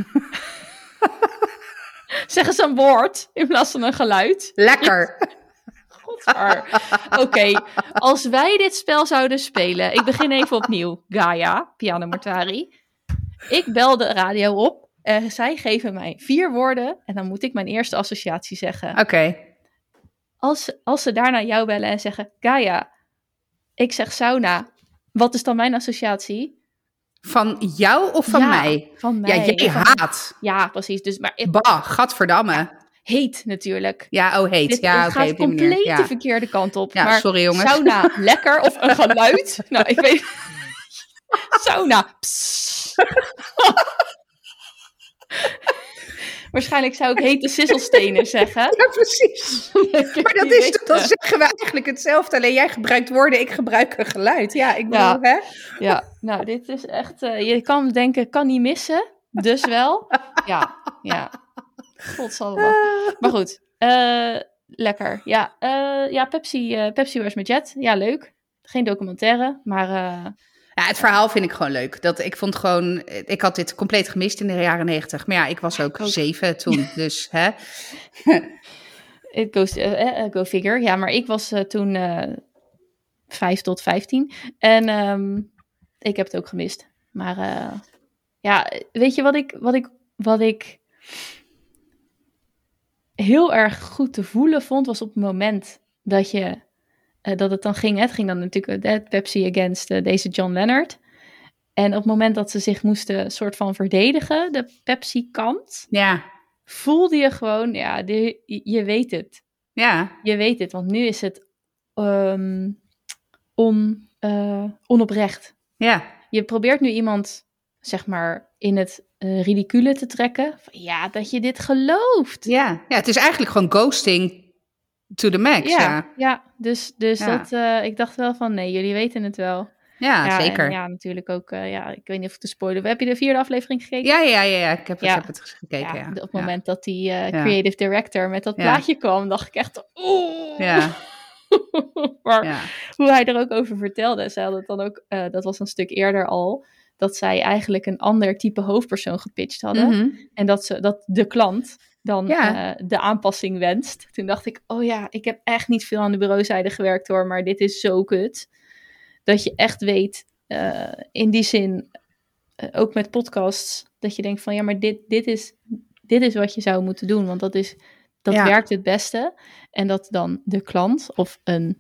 Zeg eens een woord in plaats van een geluid. Lekker. Godver. Oké, okay. Als wij dit spel zouden spelen... Ik begin even opnieuw. Gaia, Piano Mortari. Ik bel de radio op. En zij geven mij vier woorden. En dan moet ik mijn eerste associatie zeggen. Oké. Okay. Als, als ze daarna jou bellen en zeggen... Gaia, ik zeg sauna. Wat is dan mijn associatie? Van jou of van ja, mij? Van mij. Ja, jij van haat. Ja, precies. Dus, maar, bah, gadverdamme. Ja, heet natuurlijk. Ja, oh heet. Dit, ja, het okay, gaat compleet ja. de verkeerde kant op. Ja, maar sorry jongens. Sauna, lekker. Of een geluid. Nou, ik weet... Sauna. Waarschijnlijk zou ik hete sisselstenen zeggen. Ja, precies. Maar dat is toch, dan zeggen we eigenlijk hetzelfde. Alleen jij gebruikt woorden, ik gebruik een geluid. Ja, ik bedoel, ja. hè? Ja, nou, dit is echt... Uh, je kan denken, kan niet missen. Dus wel. Ja, ja. Godsalve. Maar goed. Uh, lekker. Ja, uh, ja Pepsi, uh, Pepsi Where's My Jet. Ja, leuk. Geen documentaire, maar... Uh, Ja, het verhaal vind ik gewoon leuk. Dat, ik vond gewoon, ik had dit compleet gemist in de jaren negentig. Maar ja, ik was ook, ook. zeven toen, dus hè. It goes, uh, go figure. Ja, maar ik was uh, toen uh, vijf tot vijftien. En um, ik heb het ook gemist. Maar uh, ja, weet je wat ik, wat ik, wat ik heel erg goed te voelen vond, was op het moment dat je... Uh, dat het dan ging, het ging dan natuurlijk uh, Pepsi against uh, deze John Leonard. En op het moment dat ze zich moesten soort van verdedigen, de Pepsi-kant, ja. voelde je gewoon, ja, de, je weet het. Ja. Je weet het, want nu is het um, on, uh, onoprecht. Ja. Je probeert nu iemand, zeg maar, in het uh, ridicule te trekken. Van, ja, dat je dit gelooft. Ja. Ja, het is eigenlijk gewoon ghosting to the max. Ja, ja. ja dus, dus ja. dat, uh, ik dacht wel van, nee, jullie weten het wel. Ja, ja zeker. En ja, natuurlijk ook, uh, ja, ik weet niet of ik te spoilen. Heb je de vierde aflevering gekeken? Ja, ja, ja, ja. Ik, heb, ja. ik heb het gekeken, ja. ja. Op het ja. moment dat die uh, creative ja. director met dat ja. plaatje kwam, dacht ik echt, oeh. Ja. maar ja. hoe hij er ook over vertelde, ze hadden het dan ook, uh, dat was een stuk eerder al, dat zij eigenlijk een ander type hoofdpersoon gepitcht hadden. Mm-hmm. En dat, ze, dat de klant dan ja. uh, de aanpassing wenst. Toen dacht ik, oh ja, ik heb echt niet veel aan de bureauzijde gewerkt hoor, maar dit is zo kut. Dat je echt weet, uh, in die zin, uh, ook met podcasts, dat je denkt van ja, maar dit, dit, is, dit is wat je zou moeten doen, want dat, is, dat ja. werkt het beste. En dat dan de klant of een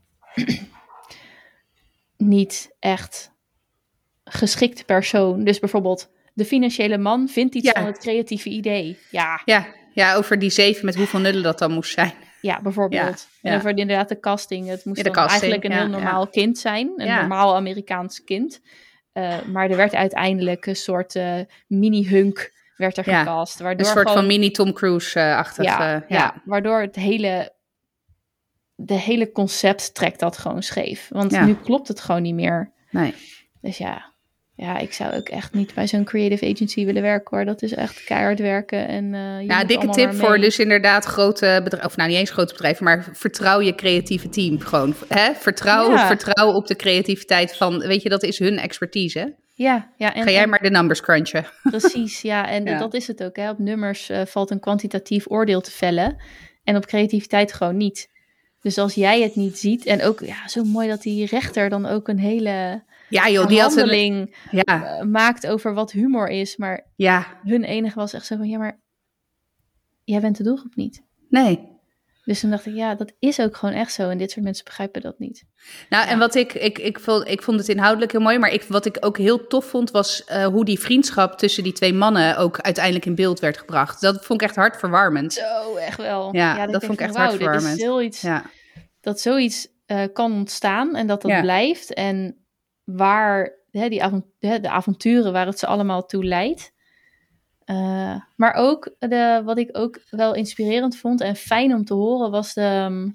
niet echt geschikte persoon, dus bijvoorbeeld de financiële man vindt iets ja. van het creatieve idee. Ja. Ja. ja, over die zeven met hoeveel nullen dat dan moest zijn. Ja, bijvoorbeeld. Ja, ja. En over inderdaad de casting. Het moest ja, dan casting, eigenlijk een ja, heel normaal ja. kind zijn. Een ja. normaal Amerikaans kind. Uh, maar er werd uiteindelijk een soort uh, mini-hunk werd er ja. gecast. Waardoor een soort gewoon, van mini-Tom Cruise-achtig. Ja, uh, ja. ja, waardoor het hele, de hele concept trekt dat gewoon scheef. Want ja. nu klopt het gewoon niet meer. Nee. Dus ja... Ja, ik zou ook echt niet bij zo'n creative agency willen werken hoor. Dat is echt keihard werken. En, uh, ja, dikke tip voor dus inderdaad grote bedrijven. Of nou, niet eens grote bedrijven, maar vertrouw je creatieve team gewoon. Hè? Vertrouw, ja. vertrouw op de creativiteit van, weet je, dat is hun expertise. Ja, ja. En, Ga jij en, maar de numbers crunchen. Precies, ja. En ja. dat is het ook. Hè. Op nummers uh, valt een kwantitatief oordeel te vellen. En op creativiteit gewoon niet. Dus als jij het niet ziet. En ook, ja, zo mooi dat die rechter dan ook een hele... Ja, joh, die handeling had een, ja. uh, maakt over wat humor is. Maar ja. hun enige was echt zo van... Ja, maar jij bent de doelgroep niet. Nee. Dus toen dacht ik, ja, dat is ook gewoon echt zo. En dit soort mensen begrijpen dat niet. Nou, ja. en wat ik, ik, ik, vond, ik vond het inhoudelijk heel mooi. Maar ik, wat ik ook heel tof vond, was uh, hoe die vriendschap tussen die twee mannen ook uiteindelijk in beeld werd gebracht. Dat vond ik echt hartverwarmend. Zo, echt wel. Ja, ja dat, dat vond ik echt wow, hartverwarmend. Dit is zoiets, ja. Dat zoiets uh, kan ontstaan en dat dat ja. blijft. En waar hè, die avont- hè, de avonturen waar het ze allemaal toe leidt. Uh, maar ook, de, wat ik ook wel inspirerend vond en fijn om te horen, was de,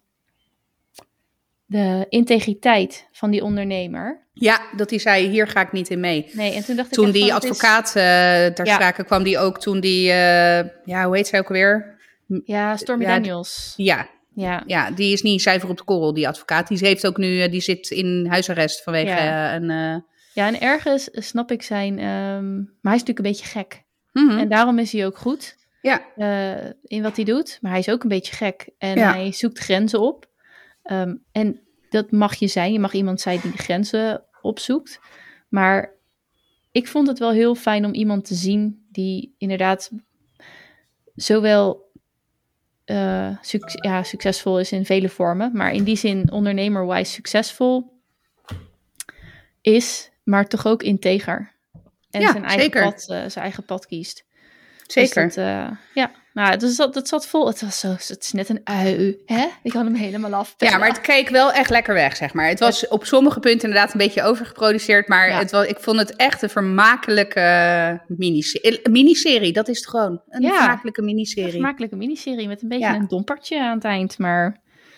de integriteit van die ondernemer. Ja, dat hij zei, hier ga ik niet in mee. Nee, en toen dacht ik Toen echt die van, advocaat is... uh, ter ja. sprake kwam, die ook toen die, uh, ja, hoe heet zij ook alweer? Ja, Stormy ja, Daniels. Ja. Ja. ja, die is niet zuiver op de korrel, die advocaat. Die heeft ook nu, die zit in huisarrest vanwege ja. een... Uh... Ja, en ergens snap ik zijn... Um, maar hij is natuurlijk een beetje gek. Mm-hmm. En daarom is hij ook goed ja. uh, in wat hij doet. Maar hij is ook een beetje gek. En ja. hij zoekt grenzen op. Um, en dat mag je zijn. Je mag iemand zijn die de grenzen opzoekt. Maar ik vond het wel heel fijn om iemand te zien die inderdaad zowel... Uh, suc- ja, succesvol is in vele vormen, maar in die zin ondernemer-wise succesvol is, maar toch ook integer. En ja, zijn, eigen zeker. pad, uh, zijn eigen pad kiest. Zeker. Dus dat, uh, ja, nou, dus dat, dat zat vol. Het was zo, het is net een ui, hè? Ik had hem helemaal afpellen. Ja, maar het keek wel echt lekker weg, zeg maar. Het was het, op sommige punten inderdaad een beetje overgeproduceerd, maar ja. het was, ik vond het echt een vermakelijke miniserie. Miniserie, dat is het gewoon. Een ja, vermakelijke miniserie. Een vermakelijke miniserie met een beetje ja. een dompertje aan het eind, maar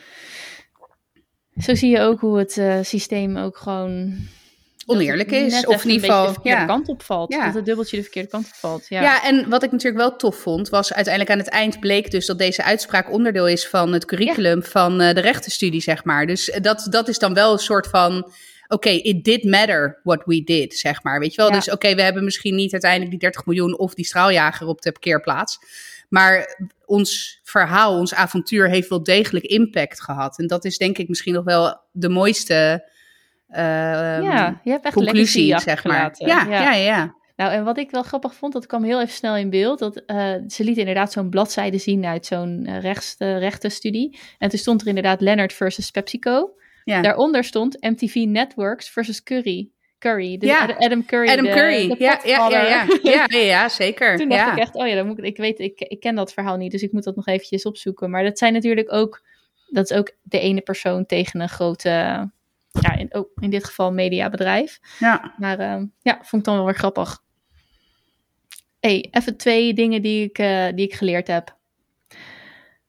zo zie je ook hoe het uh, systeem ook gewoon... oneerlijk is, of in ieder geval de verkeerde ja. kant opvalt. Ja. Dat het dubbeltje de verkeerde kant opvalt. Ja. ja, en wat ik natuurlijk wel tof vond, was uiteindelijk aan het eind bleek dus dat deze uitspraak onderdeel is van het curriculum ja. van uh, de rechtenstudie, zeg maar. Dus dat, dat is dan wel een soort van, oké, okay, it did matter what we did, zeg maar. Weet je wel, ja. dus oké, okay, we hebben misschien niet uiteindelijk die dertig miljoen of die straaljager op de parkeerplaats. Maar ons verhaal, ons avontuur heeft wel degelijk impact gehad. En dat is denk ik misschien nog wel de mooiste... Uh, ja, je hebt echt conclusie, zeg maar. Ja, ja, ja, ja. Nou, en wat ik wel grappig vond, dat kwam heel even snel in beeld. Dat, uh, ze liet inderdaad zo'n bladzijde zien uit zo'n uh, rechts, uh, rechtenstudie. En toen stond er inderdaad Leonard versus PepsiCo. Ja. Daaronder stond M T V Networks versus Curry. Curry, dus ja. Adam Curry. Adam de, Curry, de ja, ja, ja, ja. ja, ja, ja, zeker. Toen dacht ja. ik echt, oh ja, dan moet ik, ik weet, ik, ik ken dat verhaal niet, dus ik moet dat nog eventjes opzoeken. Maar dat zijn natuurlijk ook, dat is ook de ene persoon tegen een grote... Ja, in, ook in dit geval mediabedrijf. Ja. Maar uh, ja, vond ik dan wel weer grappig. Hey, even twee dingen die ik, uh, die ik geleerd heb.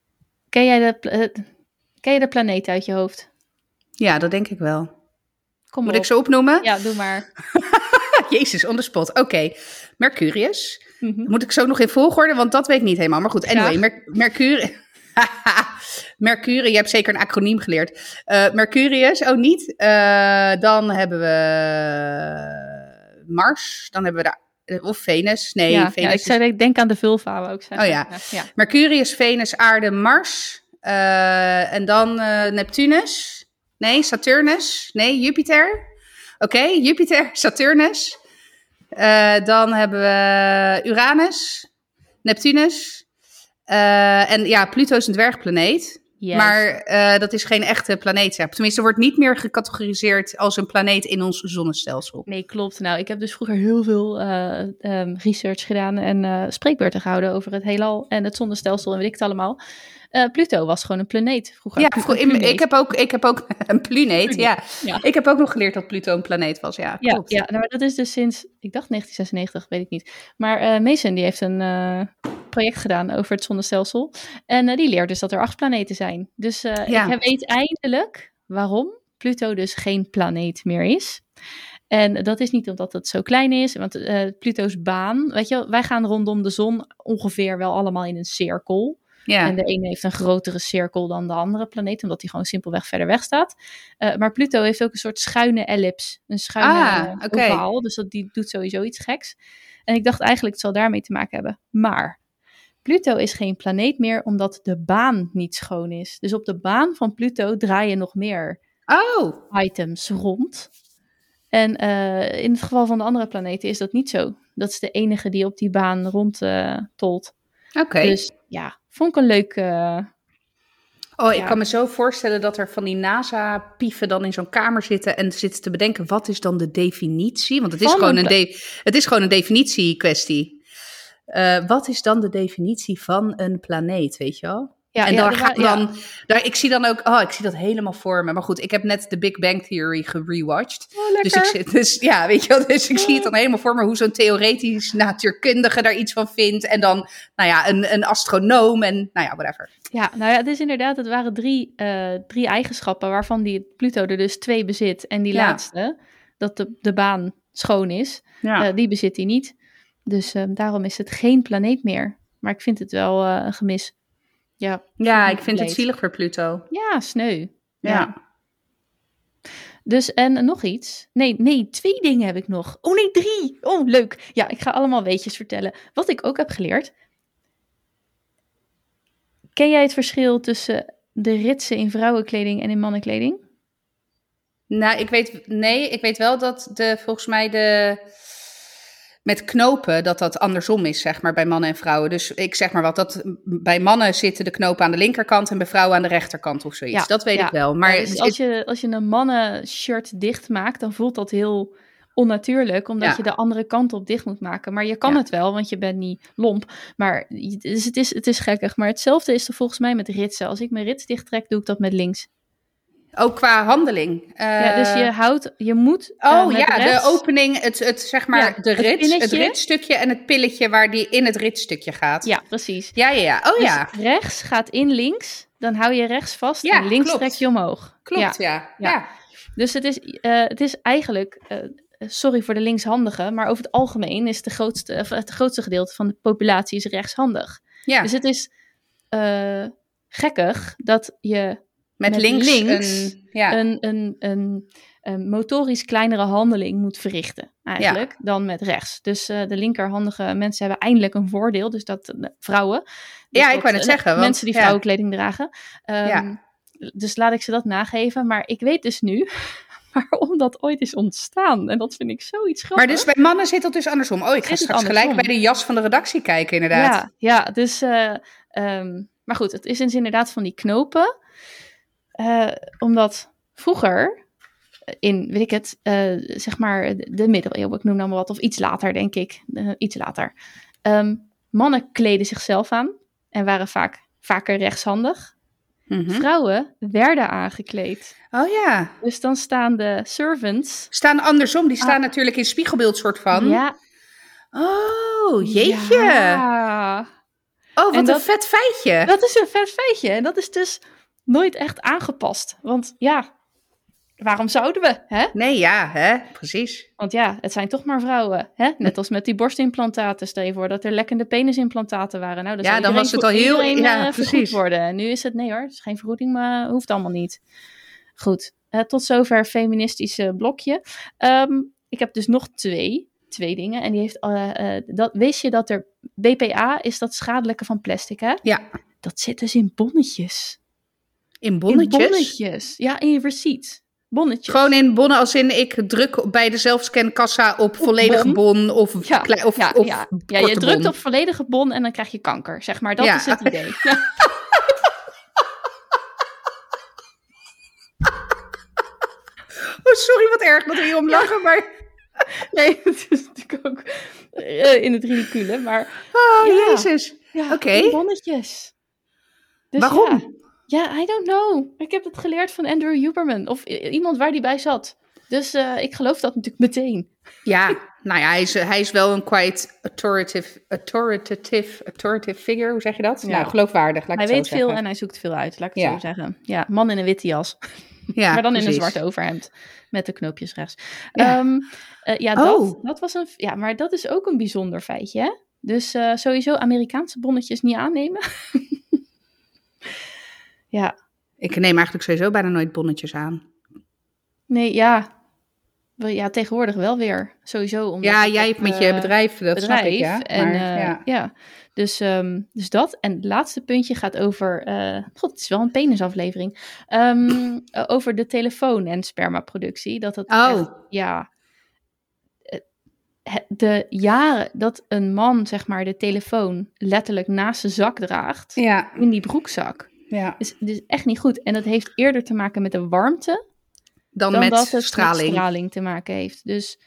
Ken jij, de, uh, ken je de planeet uit je hoofd? Ja, dat denk ik wel. Kom Moet op. ik ze opnoemen? Ja, doe maar. Jezus, on the spot. Oké, okay. Mercurius. Mm-hmm. Moet ik zo nog in volgorde? Want dat weet ik niet helemaal. Maar goed, anyway. Mer- Mercurius. Mercurius, je hebt zeker een acroniem geleerd. Uh, Mercurius, oh niet. Uh, dan hebben we Mars. Dan hebben we de, of Venus. Nee, ja, Venus. Ja, ik zei, ik denk aan de vulva, wou ik zeggen. Oh ja. Ja, ja. Mercurius, Venus, Aarde, Mars. Uh, en dan uh, Neptunus. Nee, Saturnus. Nee, Jupiter. Oké, okay, Jupiter, Saturnus. Uh, dan hebben we Uranus, Neptunus. Uh, en ja, Pluto is een dwergplaneet. Yes. Maar uh, dat is geen echte planeet. Ja. Tenminste, er wordt niet meer gecategoriseerd als een planeet in ons zonnestelsel. Nee, klopt. Nou, ik heb dus vroeger heel veel uh, um, research gedaan en uh, spreekbeurten gehouden over het heelal en het zonnestelsel en weet ik het allemaal. Uh, Pluto was gewoon een planeet vroeger. Ja, vroeger, in, ik, heb ook, ik heb ook een planeet, ja. ja. Ik heb ook nog geleerd dat Pluto een planeet was, ja. Ja, klopt. ja, nou, maar dat is dus sinds, ik dacht negentien zesennegentig, weet ik niet. Maar uh, Mason, die heeft een uh, project gedaan over het zonnestelsel. En uh, die leert dus dat er acht planeten zijn. Dus uh, ja. ik weet eindelijk waarom Pluto dus geen planeet meer is. En dat is niet omdat het zo klein is, want uh, Pluto's baan, weet je, wij gaan rondom de zon ongeveer wel allemaal in een cirkel. Ja. En de ene heeft een grotere cirkel dan de andere planeet, omdat die gewoon simpelweg verder weg staat. Uh, maar Pluto heeft ook een soort schuine ellips, een schuine ah, okay. ovaal, dus dat, die doet sowieso iets geks. En ik dacht eigenlijk, het zal daarmee te maken hebben. Maar Pluto is geen planeet meer, omdat de baan niet schoon is. Dus op de baan van Pluto draaien nog meer oh. items rond. En uh, in het geval van de andere planeten is dat niet zo. Dat is de enige die op die baan rond uh, tolt. Oké. Okay. Dus ja, vond ik een leuk... Uh, oh, ik ja. kan me zo voorstellen dat er van die NASA-pieven dan in zo'n kamer zitten en zitten te bedenken, wat is dan de definitie? Want het is, gewoon een, de- het is gewoon een definitiekwestie. Uh, wat is dan de definitie van een planeet, weet je wel? Ja, en ja, daar gaat dan, ja. daar, ik zie dan ook, oh, ik zie dat helemaal voor me. Maar goed, ik heb net de Big Bang Theory gerewatcht. Oh, dus, ik zit, dus ja, weet je wel, dus ik oh. zie het dan helemaal voor me hoe zo'n theoretisch natuurkundige daar iets van vindt. En dan, nou ja, een, een astronoom en, nou ja, whatever. Ja, nou ja, het is inderdaad, het waren drie, uh, drie eigenschappen waarvan die Pluto er dus twee bezit. En die ja. laatste, dat de, de baan schoon is, ja. uh, die bezit hij niet. Dus uh, daarom is het geen planeet meer. Maar ik vind het wel uh, een gemis. Ja, ja, ik vind het zielig voor Pluto. Ja, sneu. Ja. ja. Dus, en nog iets. Nee, nee, twee dingen heb ik nog. Oh nee, drie. Oh, leuk. Ja, ik ga allemaal weetjes vertellen. Wat ik ook heb geleerd. Ken jij het verschil tussen de ritsen in vrouwenkleding en in mannenkleding? Nou, ik weet, nee, ik weet wel dat de, volgens mij de... met knopen, dat dat andersom is, zeg maar, bij mannen en vrouwen. Dus ik zeg maar wat, dat bij mannen zitten de knopen aan de linkerkant en bij vrouwen aan de rechterkant of zoiets. Ja, dat weet ja. ik wel. Maar ja, dus als, je, als je een mannen-shirt dicht maakt, dan voelt dat heel onnatuurlijk, omdat ja. je de andere kant op dicht moet maken. Maar je kan ja. het wel, want je bent niet lomp. Maar dus het, is, het is gekkig. Maar hetzelfde is er volgens mij met ritsen. Als ik mijn rits dicht trek, doe ik dat met links. Ook qua handeling. Uh, ja, dus je houdt, je moet... Oh uh, ja, rechts, de opening, het, het zeg maar, ja, de rits, het, het ritstukje en het pilletje waar die in het ritstukje gaat. Ja, precies. Ja, ja, ja. Oh dus ja. rechts gaat in links, dan hou je rechts vast ja, en links klopt. Trek je omhoog. Klopt, ja. ja. ja. ja. Dus het is, uh, het is eigenlijk, uh, sorry voor de linkshandigen, maar over het algemeen is de grootste, het grootste gedeelte van de populatie is rechtshandig. Ja. Dus het is uh, gekkig dat je... Met, met links, links een, ja. een, een, een, een motorisch kleinere handeling moet verrichten, eigenlijk, ja. dan met rechts. Dus uh, de linkerhandige mensen hebben eindelijk een voordeel, dus dat uh, vrouwen. Dus ja, dat, ik wou het uh, zeggen. Want, mensen die ja. vrouwenkleding dragen. Um, ja. Dus laat ik ze dat nageven. Maar ik weet dus nu waarom dat ooit is ontstaan. En dat vind ik zoiets grappigs. Maar dus bij mannen zit dat dus andersom. Oh, ik ga straks gelijk bij de jas van de redactie kijken, inderdaad. Ja, ja dus... Uh, um, maar goed, het is dus inderdaad van die knopen... Uh, omdat vroeger, in, weet ik het, uh, zeg maar de middeleeuwen, ik noem nou maar wat, of iets later denk ik, uh, iets later. Um, mannen kleden zichzelf aan en waren vaak, vaker rechtshandig. Mm-hmm. Vrouwen werden aangekleed. Oh ja. Dus dan staan de servants... Staan andersom, die staan ah. natuurlijk in spiegelbeeld soort van. Ja. Oh, jeetje. Ja. Oh, wat en een dat, vet feitje. Dat is een vet feitje en dat is dus... nooit echt aangepast. Want ja, waarom zouden we? Hè? Nee, ja, hè? Precies. Want ja, het zijn toch maar vrouwen. Hè? Net als met die borstimplantaten. Stel je voor dat er lekkende penisimplantaten waren. Nou, dan ja, dan was het al heel... Ja, precies. worden. En nu is het, nee hoor, het is geen vergoeding, maar hoeft allemaal niet. Goed, uh, tot zover feministische blokje. Um, ik heb dus nog twee, twee dingen. En die heeft, uh, uh, dat, wist je dat er, B P A is dat schadelijke van plastic, hè? Ja. Dat zit dus in bonnetjes. In bonnetjes? In bonnetjes, ja, in je receipt. Bonnetjes. Gewoon in bonnen als in ik druk bij de zelfscankassa op volledige bon, bon of, ja, klei, of, ja, of ja. ja, je drukt bon. op volledige bon en dan krijg je kanker, zeg maar. Dat ja. is het idee. Ja. Oh, sorry, wat erg dat we hier om lachen, ja. maar... Nee, het is natuurlijk ook uh, in het ridicule, maar... Oh, ja. jezus. Ja, Oké. Okay. bonnetjes. Dus waarom? Ja. Ja, I don't know. Ik heb het geleerd van Andrew Huberman. Of i- iemand waar die bij zat. Dus uh, ik geloof dat natuurlijk meteen. Ja, nou ja, hij is, hij is wel een quite authoritative, authoritative, authoritative figure. Hoe zeg je dat? Ja. Nou, geloofwaardig. Laat hij ik het weet zo veel zeggen. en hij zoekt veel uit, laat ik het ja. zo zeggen. Ja, man in een witte jas. Ja, maar dan precies. in een zwarte overhemd. Met de knoopjes rechts. Ja, um, uh, ja oh. dat, dat was een... Ja, maar dat is ook een bijzonder feitje, hè? Dus uh, sowieso Amerikaanse bonnetjes niet aannemen. Ja. Ik neem eigenlijk sowieso bijna nooit bonnetjes aan. Nee, ja. Ja, tegenwoordig wel weer. Sowieso. Omdat ja, jij hebt met je bedrijf, dat bedrijf, snap ik, ja. En, maar, uh, ja. ja. Dus, um, dus dat. En het laatste puntje gaat over... Uh, God, het is wel een penisaflevering. Um, over de telefoon en spermaproductie. Dat het oh. echt, ja... De jaren dat een man, zeg maar, de telefoon letterlijk naast zijn zak draagt. Ja. In die broekzak. Ja. Is, is echt niet goed. En dat heeft eerder te maken met de warmte... Dan, dan met dat het straling. met straling te maken heeft. Dus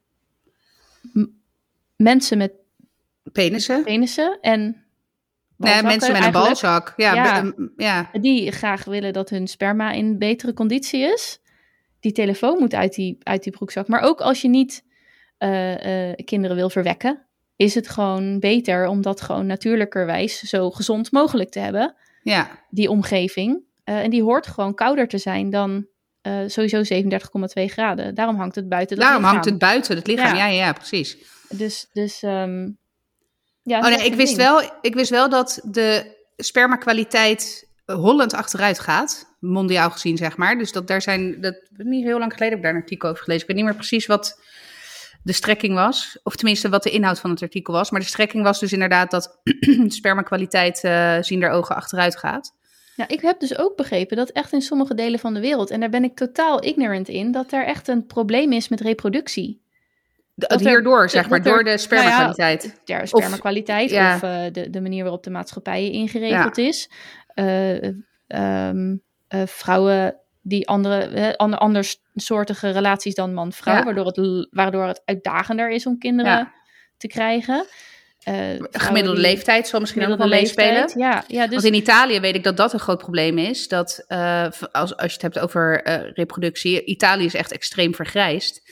m- mensen met penissen, penissen en nee, mensen met een balzak, ja, ja, be- ja, die graag willen dat hun sperma in betere conditie is. Die telefoon moet uit die, uit die broekzak. Maar ook als je niet uh, uh, kinderen wil verwekken, is het gewoon beter om dat gewoon natuurlijkerwijs zo gezond mogelijk te hebben. Ja. Die omgeving. Uh, en die hoort gewoon kouder te zijn dan Uh, sowieso zevenendertig komma twee graden. Daarom hangt het buiten het Daarom lichaam. hangt het buiten het lichaam, ja, ja, ja precies. Dus, dus um, ja. Oh nee, ik wist, wel, ik wist wel dat de spermakwaliteit Holland achteruit gaat, mondiaal gezien, zeg maar. Dus dat daar zijn, dat niet heel lang geleden heb ik daar een artikel over gelezen. Ik weet niet meer precies wat de strekking was, of tenminste wat de inhoud van het artikel was. Maar de strekking was dus inderdaad dat de spermakwaliteit uh, zien der ogen achteruit gaat. Ja, ik heb dus ook begrepen dat echt in sommige delen van de wereld, en daar ben ik totaal ignorant in, dat er echt een probleem is met reproductie. De, hierdoor, er, zeg maar, er, door de spermakwaliteit. Nou ja, de spermakwaliteit of, ja. of uh, de, de manier waarop de maatschappij ingeregeld ja. is. Uh, um, uh, vrouwen die andere, uh, ander, andersoortige relaties dan man-vrouw, ja. waardoor, het, waardoor het uitdagender is om kinderen ja. te krijgen. Uh, gemiddelde die, leeftijd zal misschien ook nog wel meespelen. Ja, ja, dus... Want in Italië weet ik dat dat een groot probleem is. Dat uh, als, als je het hebt over uh, reproductie, Italië is echt extreem vergrijsd.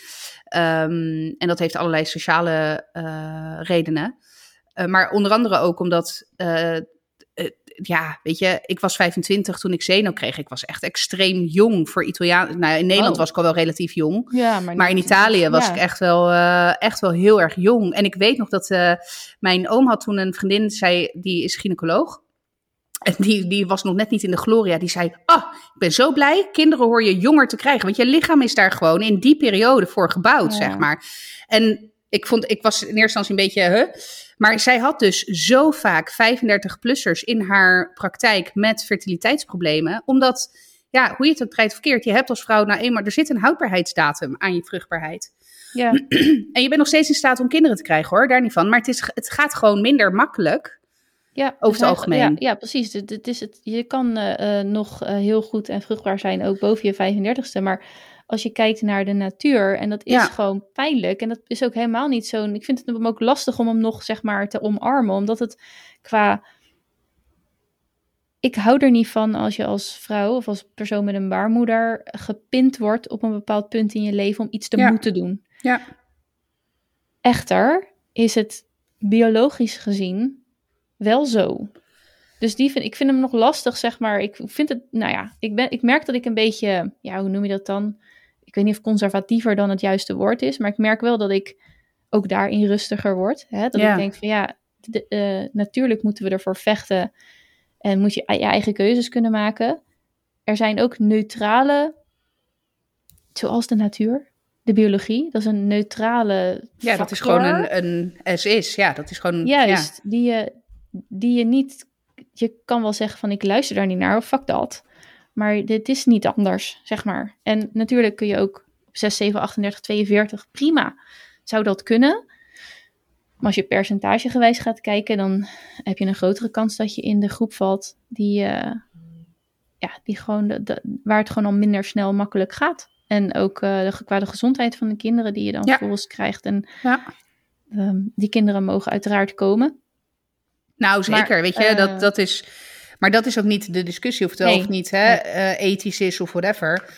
Um, en dat heeft allerlei sociale uh, redenen. Uh, maar onder andere ook omdat, uh, uh, ja, weet je, ik was vijfentwintig toen ik zeno kreeg. Ik was echt extreem jong voor Italiaan. Nou, in Nederland oh. was ik al wel relatief jong. Ja, maar, maar in Italië was ja. ik echt wel, uh, echt wel heel erg jong. En ik weet nog dat uh, mijn oom had toen een vriendin, zei, die is gynaecoloog. En die, die was nog net niet in de gloria. Die zei, ah, oh, ik ben zo blij. Kinderen hoor je jonger te krijgen. Want je lichaam is daar gewoon in die periode voor gebouwd, ja. zeg maar. En ik vond, ik was in eerste instantie een beetje, huh? Maar zij had dus zo vaak vijfendertig-plussers in haar praktijk met fertiliteitsproblemen. Omdat, ja, hoe je het ook draait verkeerd. Je hebt als vrouw nou eenmaal, er zit een houdbaarheidsdatum aan je vruchtbaarheid. Ja. En je bent nog steeds in staat om kinderen te krijgen, hoor. Daar niet van. Maar het, is, het gaat gewoon minder makkelijk. Ja, over het algemeen. Ja, ja precies. Het, het is het, je kan uh, nog uh, heel goed en vruchtbaar zijn, ook boven je vijfendertigste. Maar als je kijkt naar de natuur, en dat is ja. gewoon pijnlijk. En dat is ook helemaal niet zo. Ik vind het ook lastig om hem nog, zeg maar, te omarmen. Omdat het qua... Ik hou er niet van als je als vrouw of als persoon met een baarmoeder gepind wordt op een bepaald punt in je leven om iets te ja. moeten doen. Ja. Echter is het biologisch gezien wel zo Dus die vind, ik vind hem nog lastig, zeg maar. Ik vind het, nou ja, ik, ben, ik merk dat ik een beetje, ja, hoe noem je dat dan? Ik weet niet of conservatiever dan het juiste woord is, maar ik merk wel dat ik ook daarin rustiger word. Hè? Dat ja. ik denk van ja, de, uh, natuurlijk moeten we ervoor vechten en moet je je eigen keuzes kunnen maken. Er zijn ook neutrale, zoals de natuur, de biologie. Dat is een neutrale Ja, factor. Dat is gewoon een, een as is. Ja, dat is gewoon... Juist, ja. die, je, die je niet... Je kan wel zeggen van ik luister daar niet naar of fuck dat. Maar dit is niet anders, zeg maar. En natuurlijk kun je ook op zes, zeven, achtendertig, tweeënveertig, prima. Zou dat kunnen? Maar als je percentagegewijs gaat kijken, dan heb je een grotere kans dat je in de groep valt die, uh, ja, die gewoon de, de, waar het gewoon al minder snel makkelijk gaat. En ook uh, de, qua de gezondheid van de kinderen die je dan ja. vervolgens krijgt. En ja. um, die kinderen mogen uiteraard komen. Nou, zeker. Maar, weet je, uh, dat, dat is... Maar dat is ook niet de discussie of het wel nee, of niet hè, nee. uh, ethisch is of whatever.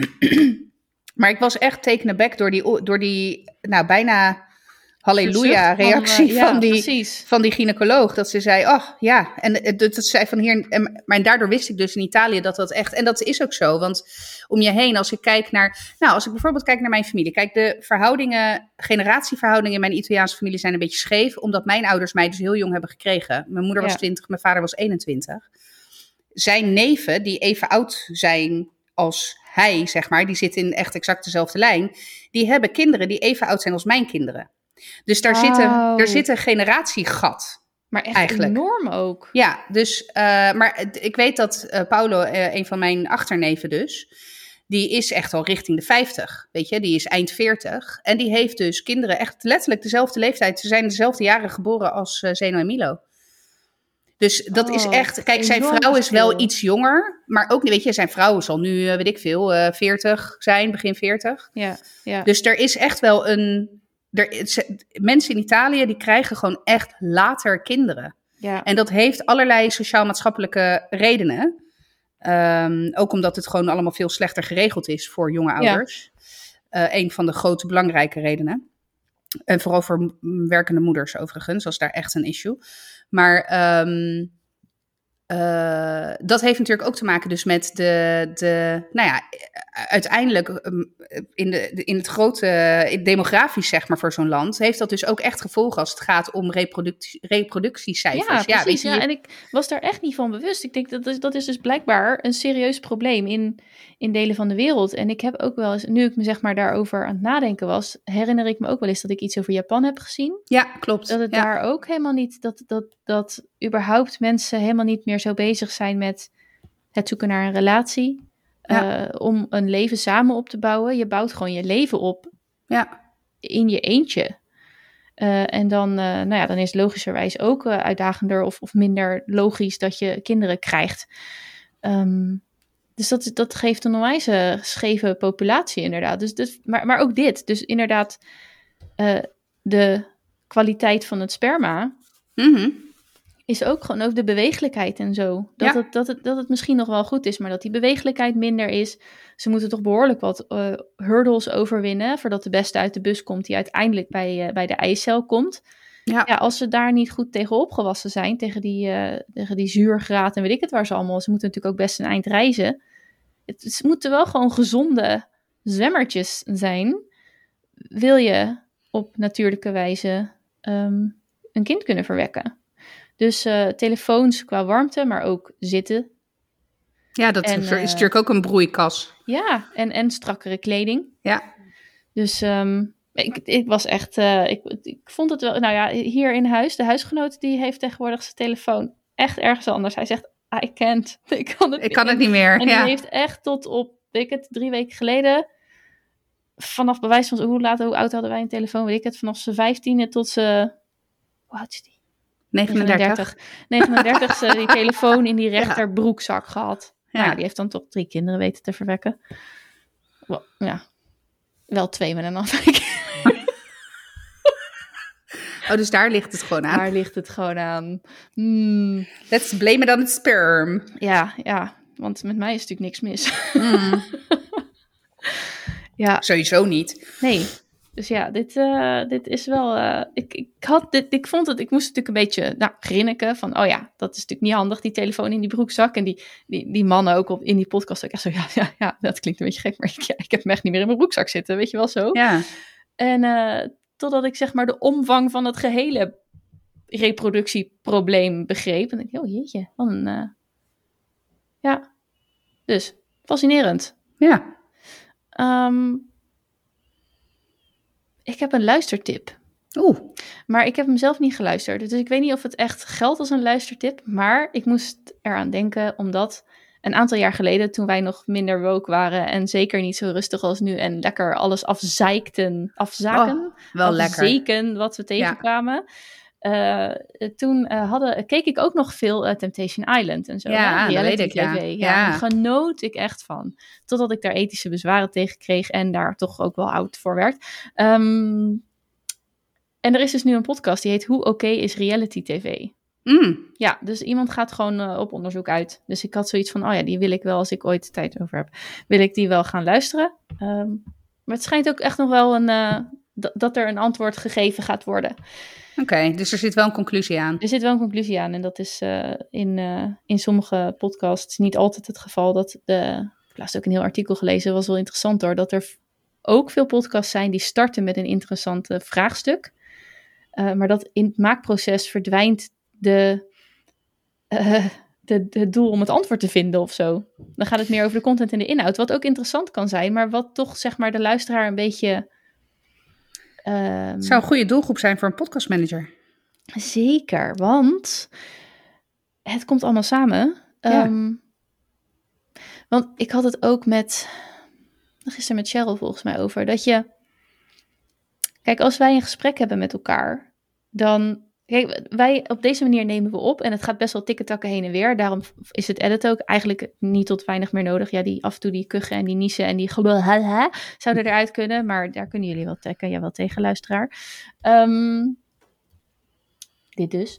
Maar ik was echt taken aback door die, door die nou, bijna halleluja reactie van, uh, ja, van, die, van die gynaecoloog. Dat ze zei, oh ja, en dat, dat zei van hier... En, maar en daardoor wist ik dus in Italië dat dat echt... En dat is ook zo, want om je heen, als ik kijk naar... Nou, als ik bijvoorbeeld kijk naar mijn familie. Kijk, de verhoudingen, generatieverhoudingen in mijn Italiaanse familie zijn een beetje scheef. Omdat mijn ouders mij dus heel jong hebben gekregen. Mijn moeder was ja. twintig, mijn vader was eenentwintig. Zijn neven, die even oud zijn als hij, zeg maar... Die zitten in echt exact dezelfde lijn. Die hebben kinderen die even oud zijn als mijn kinderen. Dus daar, wow. zit, een, daar zit een generatiegat. Maar echt eigenlijk. Enorm ook. Ja, dus, uh, maar ik weet dat uh, Paolo, uh, een van mijn achterneven dus, die is echt al richting de vijftig, weet je, die is eind veertig. En die heeft dus kinderen echt letterlijk dezelfde leeftijd. Ze zijn dezelfde jaren geboren als uh, Zeno en Milo. Dus dat oh, is echt, kijk, zijn vrouw is wel iets jonger, maar ook niet, weet je, zijn vrouw zal nu, uh, weet ik veel, uh, veertig zijn, begin veertig. Ja, ja. Dus er is echt wel een... Er, mensen in Italië die krijgen gewoon echt later kinderen. Ja. En dat heeft allerlei sociaal-maatschappelijke redenen. Um, ook omdat het gewoon allemaal veel slechter geregeld is voor jonge ouders. Ja. Uh, een van de grote belangrijke redenen. En vooral voor werkende moeders overigens, was daar echt een issue. Maar um, uh, dat heeft natuurlijk ook te maken dus met de, de nou ja, uiteindelijk um, in, de, in het grote, in demografisch zeg maar voor zo'n land, heeft dat dus ook echt gevolgen als het gaat om reproductie, reproductiecijfers. Ja, precies. Ja, weet je, ja, en ik was daar echt niet van bewust. Ik denk dat is, dat is dus blijkbaar een serieus probleem in, in delen van de wereld. En ik heb ook wel eens, nu ik me zeg maar daarover aan het nadenken was, herinner ik me ook wel eens dat ik iets over Japan heb gezien. Ja, klopt. Dat het ja. daar ook helemaal niet, dat, dat, dat überhaupt mensen helemaal niet meer zo bezig zijn met het zoeken naar een relatie. Ja. Uh, om een leven samen op te bouwen. Je bouwt gewoon je leven op ja. in je eentje. Uh, en dan, uh, nou ja, dan is het logischerwijs ook uh, uitdagender of, of minder logisch dat je kinderen krijgt. Um, dus dat, dat geeft een onwijze scheve populatie inderdaad. Dus, dus, maar, maar ook dit. Dus inderdaad, uh, de kwaliteit van het sperma... Mm-hmm. is ook gewoon ook de beweeglijkheid en zo. Dat, ja. het, dat, het, dat het misschien nog wel goed is, maar dat die beweeglijkheid minder is. Ze moeten toch behoorlijk wat uh, hurdles overwinnen voordat de beste uit de bus komt die uiteindelijk bij, uh, bij de eicel komt. Ja. Ja, als ze daar niet goed tegen opgewassen zijn, tegen die, uh, tegen die zuurgraad en weet ik het waar ze allemaal, ze moeten natuurlijk ook best een eind reizen. Het, het moeten wel gewoon gezonde zwemmertjes zijn. Wil je op natuurlijke wijze um, een kind kunnen verwekken. Dus uh, telefoons qua warmte, maar ook zitten. Ja, dat en, is uh, natuurlijk ook een broeikas. Ja, en, en strakkere kleding. Ja. Dus um, ik, ik was echt... Uh, ik, ik vond het wel... Nou ja, hier in huis, de huisgenoot die heeft tegenwoordig zijn telefoon echt ergens anders. Hij zegt, I can't. Ik kan het, ik kan het niet meer. En ja. die heeft echt tot op, weet ik het, drie weken geleden... Vanaf bewijs van... Hoe laat, hoe oud hadden wij een telefoon? Weet ik het, vanaf zijn vijftiende tot zijn... Hoe oud is die? negenendertig. negenendertigste die telefoon in die rechterbroekzak gehad. Ja. Nou, die heeft dan toch drie kinderen weten te verwekken. Wel, ja, wel twee met een afwijking. Oh, dus daar ligt het gewoon aan. Daar ligt het gewoon aan. Mm. Let's blame it on the sperm. Ja, ja, want met mij is natuurlijk niks mis. Mm. Ja. Sowieso niet. Nee. Dus ja, dit, uh, dit is wel... Uh, ik, ik, had dit, ik vond het... Ik moest natuurlijk een beetje nou, grinniken van... Oh ja, dat is natuurlijk niet handig, die telefoon in die broekzak. En die, die, die mannen ook op, in die podcast ook echt zo... Ja, ja, ja, dat klinkt een beetje gek, maar ik, ja, ik heb hem echt niet meer in mijn broekzak zitten. Weet je wel zo? Ja. En uh, totdat ik zeg maar de omvang van het gehele reproductieprobleem begreep. En ik dacht, oh jeetje, wat een... Uh... Ja, dus fascinerend. Ja. Um, ik heb een luistertip. Oeh. Maar ik heb hem zelf niet geluisterd. Dus ik weet niet of het echt geldt als een luistertip. Maar ik moest eraan denken omdat een aantal jaar geleden, toen wij nog minder woke waren en zeker niet zo rustig als nu en lekker alles afzeikten, afzaken, oh, wel afzeken lekker. wat we tegenkwamen. Ja. Uh, toen uh, hadden, keek ik ook nog veel uh, Temptation Island en zo. Ja, dat weet ik, T V. Ja. Ja. Ja, Ja. daar genoot ik echt van. Totdat ik daar ethische bezwaren tegen kreeg en daar toch ook wel oud voor werd. Um, en er is dus nu een podcast die heet Hoe Oké okay is Reality T V? Mm. Ja, dus iemand gaat gewoon uh, op onderzoek uit. Dus ik had zoiets van, oh ja, die wil ik wel, als ik ooit tijd over heb, wil ik die wel gaan luisteren. Um, maar het schijnt ook echt nog wel een, uh, d- dat er een antwoord gegeven gaat worden. Oké, okay, dus er zit wel een conclusie aan. Er zit wel een conclusie aan en dat is uh, in, uh, in sommige podcasts niet altijd het geval. Dat de, ik heb laatst ook een heel artikel gelezen, was wel interessant hoor, dat er ook veel podcasts zijn die starten met een interessant uh, vraagstuk. Uh, maar dat in het maakproces verdwijnt de, uh, de, de doel om het antwoord te vinden of zo. Dan gaat het meer over de content en de inhoud. Wat ook interessant kan zijn, maar wat toch zeg maar de luisteraar een beetje... Um... Het zou een goede doelgroep zijn voor een podcastmanager. Zeker, want het komt allemaal samen. Ja. Um, want ik had het ook met... Gisteren met Cheryl volgens mij over, dat je... Kijk, als wij een gesprek hebben met elkaar, dan... Kijk, wij op deze manier nemen we op en het gaat best wel tikketakken heen en weer. Daarom is het edit ook eigenlijk niet tot weinig meer nodig. Ja, die af en toe die kuchen en die niezen en die gelul zouden eruit kunnen, maar daar kunnen jullie wel, te- kan jij wel tegen, luisteraar. Um, dit dus.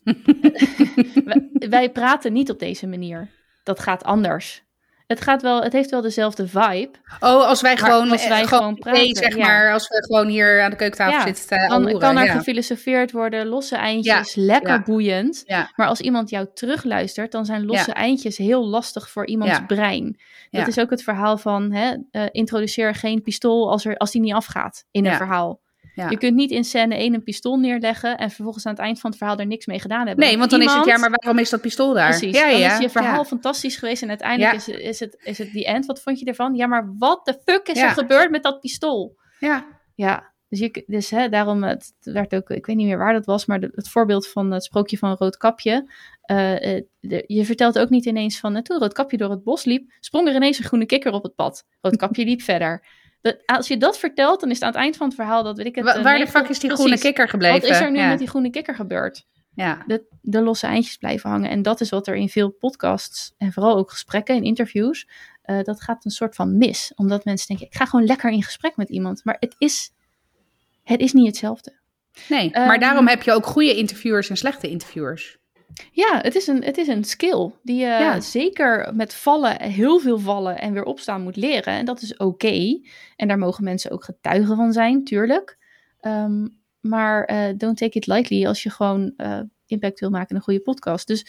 wij, wij praten niet op deze manier. Dat gaat anders. Het, gaat wel, het heeft wel dezelfde vibe. Oh, als wij gewoon, als wij gewoon, gewoon praten. Nee, zeg ja. maar, als we gewoon hier aan de keukentafel ja, zitten. Uh, dan horen, kan er ja. gefilosofeerd worden, losse eindjes, ja, lekker ja. boeiend. Ja. Maar als iemand jou terugluistert, dan zijn losse ja. eindjes heel lastig voor iemands ja. brein. Dat ja. is ook het verhaal van, hè, uh, introduceer geen pistool als, er, als die niet afgaat in ja. een verhaal. Ja. Je kunt niet in scène één een pistool neerleggen en vervolgens aan het eind van het verhaal er niks mee gedaan hebben. Nee, want dan Iemand... is het, ja, maar waarom is dat pistool daar? Precies, ja, dan ja, is je verhaal ja. fantastisch geweest en uiteindelijk ja. is, is, het, is het die end. Wat vond je ervan? Ja, maar wat de fuck is ja. er gebeurd met dat pistool? Ja. Ja, dus, je, dus hè, daarom, het werd ook, ik weet niet meer waar dat was, maar de, het voorbeeld van het sprookje van Roodkapje. Uh, uh, de, je vertelt ook niet ineens van, uh, toen Roodkapje door het bos liep, sprong er ineens een groene kikker op het pad. Roodkapje liep verder. Dat, als je dat vertelt, dan is het aan het eind van het verhaal dat weet ik het. Wa- waar de fuck is die precies, groene kikker gebleven? Wat is er nu ja. met die groene kikker gebeurd? Ja. De, de losse eindjes blijven hangen. En dat is wat er in veel podcasts en vooral ook gesprekken en interviews, uh, dat gaat een soort van mis. Omdat mensen denken, ik ga gewoon lekker in gesprek met iemand. Maar het is, het is niet hetzelfde. Nee, um, maar daarom heb je ook goede interviewers en slechte interviewers. Ja, het is een, het is een skill die je ja. zeker met vallen, heel veel vallen en weer opstaan moet leren. En dat is oké. Okay. En daar mogen mensen ook getuigen van zijn, tuurlijk. Um, maar uh, don't take it lightly als je gewoon uh, impact wil maken in een goede podcast. Dus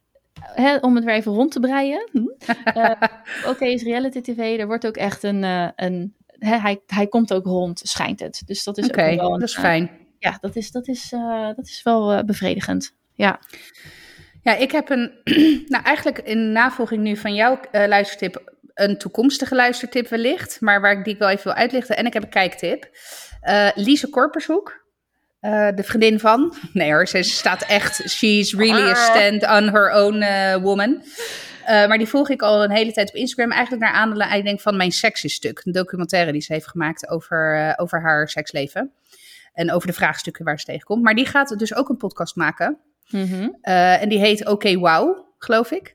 hè, om het weer even rond te breien. uh, oké, okay, is reality tv. Er wordt ook echt een... Uh, een hè, hij, hij komt ook rond, schijnt het. Dus dat is Oké, okay, wel een, dat is fijn. Uh, ja, dat is, dat is, uh, dat is wel uh, bevredigend. Ja. Ja, ik heb een, nou eigenlijk in navolging nu van jouw uh, luistertip, een toekomstige luistertip wellicht, maar waar ik die ik wel even wil uitlichten. En ik heb een kijktip. Uh, Lise Korpershoek, uh, de vriendin van, nee hoor, ze staat echt, she's really a stand on her own uh, woman. Uh, maar die volg ik al een hele tijd op Instagram, eigenlijk naar aanleiding van Mijn Seks is Stuk, een documentaire die ze heeft gemaakt over, uh, over haar seksleven. En over de vraagstukken waar ze tegenkomt. Maar die gaat dus ook een podcast maken. Mm-hmm. Uh, en die heet Oké okay, Wow, geloof ik.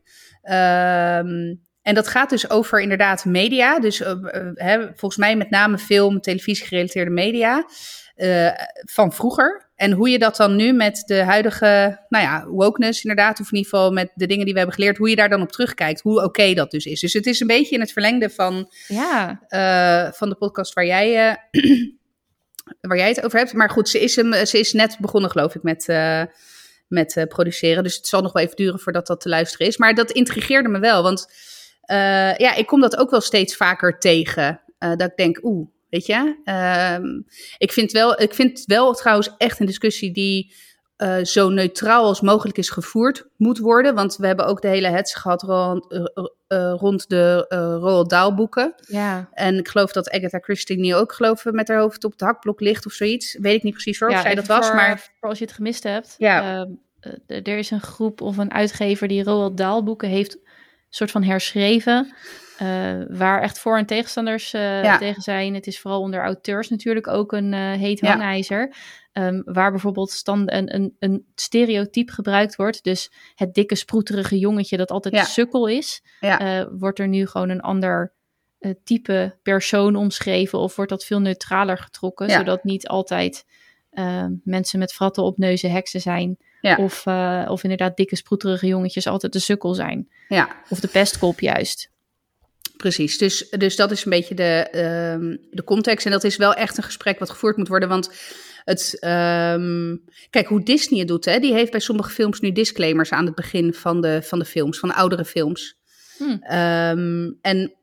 Um, en dat gaat dus over inderdaad media. Dus uh, uh, hè, volgens mij met name film, televisie gerelateerde media. Uh, van vroeger. En hoe je dat dan nu met de huidige, nou ja, wokeness inderdaad. Of in ieder geval met de dingen die we hebben geleerd. Hoe je daar dan op terugkijkt. Hoe oké okay dat dus is. Dus het is een beetje in het verlengde van, ja. uh, van de podcast waar jij... Uh, waar jij het over hebt. Maar goed, ze is, hem, ze is net begonnen, geloof ik, met, uh, met uh, produceren. Dus het zal nog wel even duren voordat dat te luisteren is. Maar dat intrigeerde me wel, want uh, ja, ik kom dat ook wel steeds vaker tegen. Uh, dat ik denk, oeh, weet je. Uh, ik, vind wel, ik vind wel trouwens echt een discussie die uh, zo neutraal als mogelijk is gevoerd moet worden. Want we hebben ook de hele hets gehad rond, uh, uh, rond de uh, Roald Dahl boeken. Ja. En ik geloof dat Agatha Christie nu ook geloof met haar hoofd op het hakblok ligt of zoiets. Weet ik niet precies hoor, ja, of zij dat was. Voor, maar voor als je het gemist hebt. Ja. Uh, er is een groep of een uitgever die Roald Dahl boeken heeft soort van herschreven. Uh, waar echt voor- en tegenstanders uh, ja. tegen zijn. Het is vooral onder auteurs natuurlijk ook een uh, heet hangijzer. Ja. Um, waar bijvoorbeeld stand, een, een, een stereotype gebruikt wordt. Dus het dikke sproeterige jongetje dat altijd ja. sukkel is. Ja. Uh, wordt er nu gewoon een ander uh, type persoon omschreven. Of wordt dat veel neutraler getrokken. Ja. Zodat niet altijd uh, mensen met fratten op neuzen heksen zijn. Ja. Of, uh, of inderdaad dikke sproeterige jongetjes altijd de sukkel zijn. Ja. Of de pestkop juist. Precies, dus, dus dat is een beetje de, um, de context. En dat is wel echt een gesprek wat gevoerd moet worden. Want het, um, kijk, hoe Disney het doet, hè, die heeft bij sommige films nu disclaimers aan het begin van de, van de films, van de oudere films. Hmm. Um, en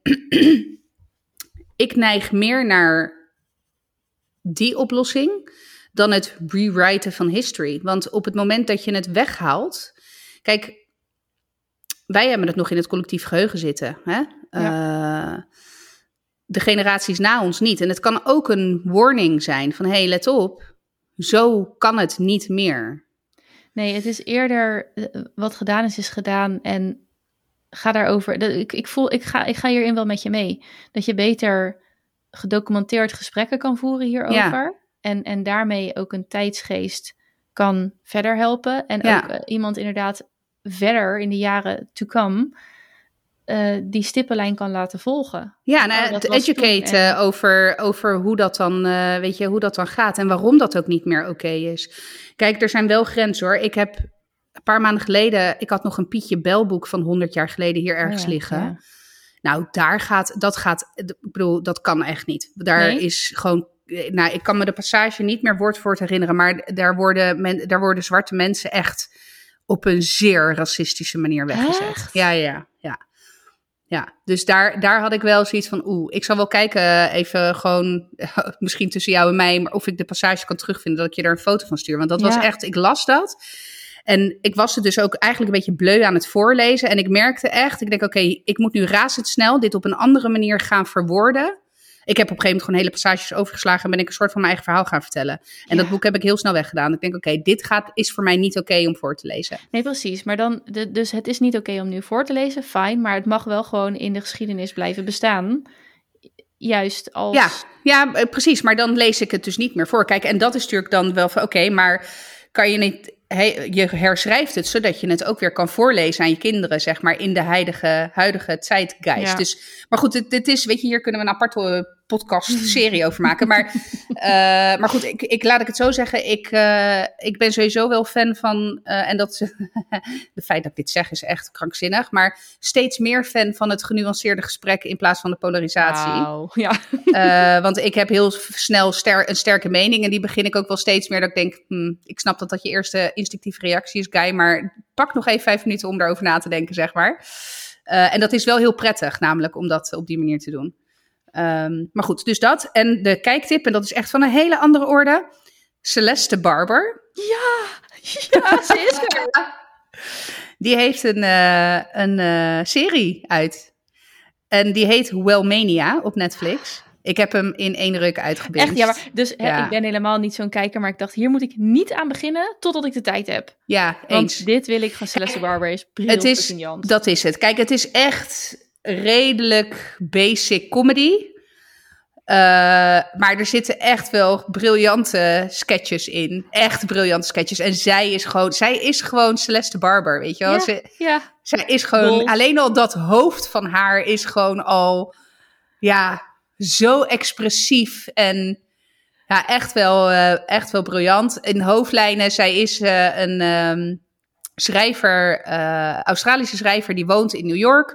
ik neig meer naar die oplossing dan het rewriten van history. Want op het moment dat je het weghaalt, kijk, wij hebben het nog in het collectief geheugen zitten, hè? Ja. Uh, de generaties na ons niet. En het kan ook een warning zijn van, hé, hey, let op, zo kan het niet meer. Nee, het is eerder, wat gedaan is, is gedaan en ga daarover. Ik, ik voel, ik ga, ik ga hierin wel met je mee. Dat je beter gedocumenteerd gesprekken kan voeren hierover. Ja. En, en daarmee ook een tijdsgeest kan verder helpen. En ja. ook uh, iemand inderdaad verder in de jaren to come uh, die stippenlijn kan laten volgen. Ja, nou, oh, te educate en... over, over hoe dat dan, uh, weet je, hoe dat dan gaat en waarom dat ook niet meer oké okay is. Kijk, er zijn wel grenzen hoor. Ik heb een paar maanden geleden, ik had nog een Pietje Belboek van honderd jaar geleden hier ergens oh ja, liggen. Ja. Nou, daar gaat, dat gaat, ik bedoel, dat kan echt niet. Daar nee? is gewoon, nou, ik kan me de passage niet meer woord voor te herinneren, maar daar worden, men, daar worden zwarte mensen echt op een zeer racistische manier weggezet. Echt? Ja, ja, ja. Ja, dus daar, daar had ik wel zoiets van, oeh, ik zal wel kijken, even gewoon, misschien tussen jou en mij, maar of ik de passage kan terugvinden, dat ik je daar een foto van stuur. Want dat ja. was echt, ik las dat. En ik was het dus ook eigenlijk een beetje bleu aan het voorlezen. En ik merkte echt, ik denk, oké, okay, ik moet nu razendsnel dit op een andere manier gaan verwoorden. Ik heb op een gegeven moment gewoon hele passages overgeslagen en ben ik een soort van mijn eigen verhaal gaan vertellen. En ja. dat boek heb ik heel snel weggedaan. Ik denk, oké, okay, dit gaat, is voor mij niet oké okay om voor te lezen. Nee, precies. Maar dan, de, dus het is niet oké okay om nu voor te lezen, fijn. Maar het mag wel gewoon in de geschiedenis blijven bestaan. Juist als... Ja, ja, precies. Maar dan lees ik het dus niet meer voor. Kijk, en dat is natuurlijk dan wel van, oké, okay, maar kan je niet... Hey, je herschrijft het zodat je het ook weer kan voorlezen aan je kinderen, zeg maar, in de huidige, huidige tijdgeist. Ja. Dus, maar goed, dit, dit is, weet je, hier kunnen we een aparte podcast-serie over maken. Maar, uh, maar goed, ik, ik, laat ik het zo zeggen, ik, uh, ik ben sowieso wel fan van, uh, en dat de feit dat ik dit zeg is echt krankzinnig, maar steeds meer fan van het genuanceerde gesprek in plaats van de polarisatie. Wow, ja. Uh, want ik heb heel snel ster, een sterke mening en die begin ik ook wel steeds meer dat ik denk, hmm, ik snap dat dat je eerste instinctieve reactie is, Guy, maar pak nog even vijf minuten om daarover na te denken, zeg maar. Uh, en dat is wel heel prettig, namelijk om dat op die manier te doen. Um, maar goed, dus dat. En de kijktip, en dat is echt van een hele andere orde. Celeste Barber. Ja, ja, ze is er. Die heeft een, uh, een uh, serie uit. En die heet Wellmania op Netflix. Ik heb hem in één ruk uitgebinged. Echt, ja, maar dus ja. Hè, ik ben helemaal niet zo'n kijker, maar ik dacht, hier moet ik niet aan beginnen totdat ik de tijd heb. Ja, eens. Want dit wil ik van Celeste Barber is het is, dat is het. Kijk, het is echt redelijk basic comedy. Uh, maar er zitten echt wel briljante sketches in. Echt briljante sketches. En zij is gewoon, zij is gewoon Celeste Barber, weet je wel? Ja, Ze, ja. Zij is gewoon, Bol. Alleen al dat hoofd van haar is gewoon al, ja, zo expressief en ja, echt wel, uh, echt wel briljant. In hoofdlijnen, zij is uh, een um, schrijver, uh, Australische schrijver, die woont in New York.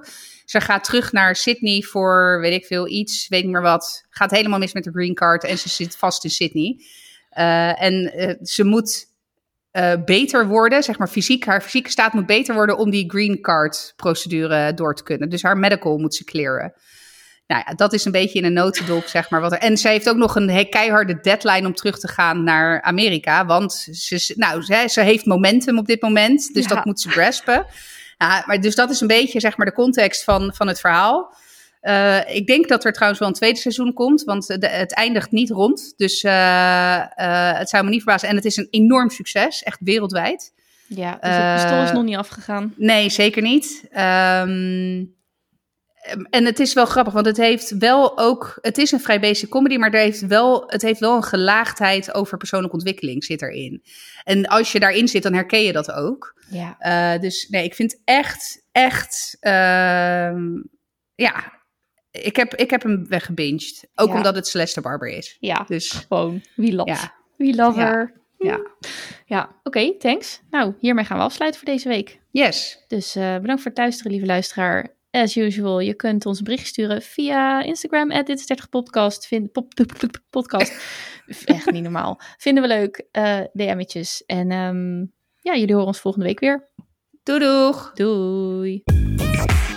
Ze gaat terug naar Sydney voor, weet ik veel, iets, weet ik maar wat. Gaat helemaal mis met de green card en ze zit vast in Sydney. Uh, en uh, ze moet uh, beter worden, zeg maar fysiek. Haar fysieke staat moet beter worden om die green card procedure door te kunnen. Dus haar medical moet ze clearen. Nou ja, dat is een beetje in een notendop, zeg maar. Wat er, en ze heeft ook nog een keiharde deadline om terug te gaan naar Amerika. Want ze, nou, ze, ze heeft momentum op dit moment, dus ja. dat moet ze graspen. Ja, maar dus dat is een beetje, zeg maar, de context van, van het verhaal. Uh, ik denk dat er trouwens wel een tweede seizoen komt, want de, het eindigt niet rond. Dus uh, uh, het zou me niet verbazen. En het is een enorm succes, echt wereldwijd. Ja, dus het pistool is uh, nog niet afgegaan. Nee, zeker niet. Um, En het is wel grappig, want het heeft wel ook... Het is een vrij basic comedy, maar het heeft wel, het heeft wel een gelaagdheid over persoonlijke ontwikkeling zit erin. En als je daarin zit, dan herken je dat ook. Ja. Uh, dus nee, ik vind echt, echt... Uh, ja, ik heb, ik heb hem weggebinged. Ook ja. omdat het Celeste Barber is. Ja, dus, gewoon. We love, ja. we love ja. her. Ja, ja. oké, okay, thanks. Nou, hiermee gaan we afsluiten voor deze week. Yes. Dus uh, bedankt voor het luisteren, lieve luisteraar. As usual, je kunt ons een bericht sturen via Instagram, at dit is dertig podcast. Vind, pop, pop, pop, podcast. Echt niet normaal. Vinden we leuk. Uh, D M'tjes. En um, ja, jullie horen ons volgende week weer. Doei doeg. Doei.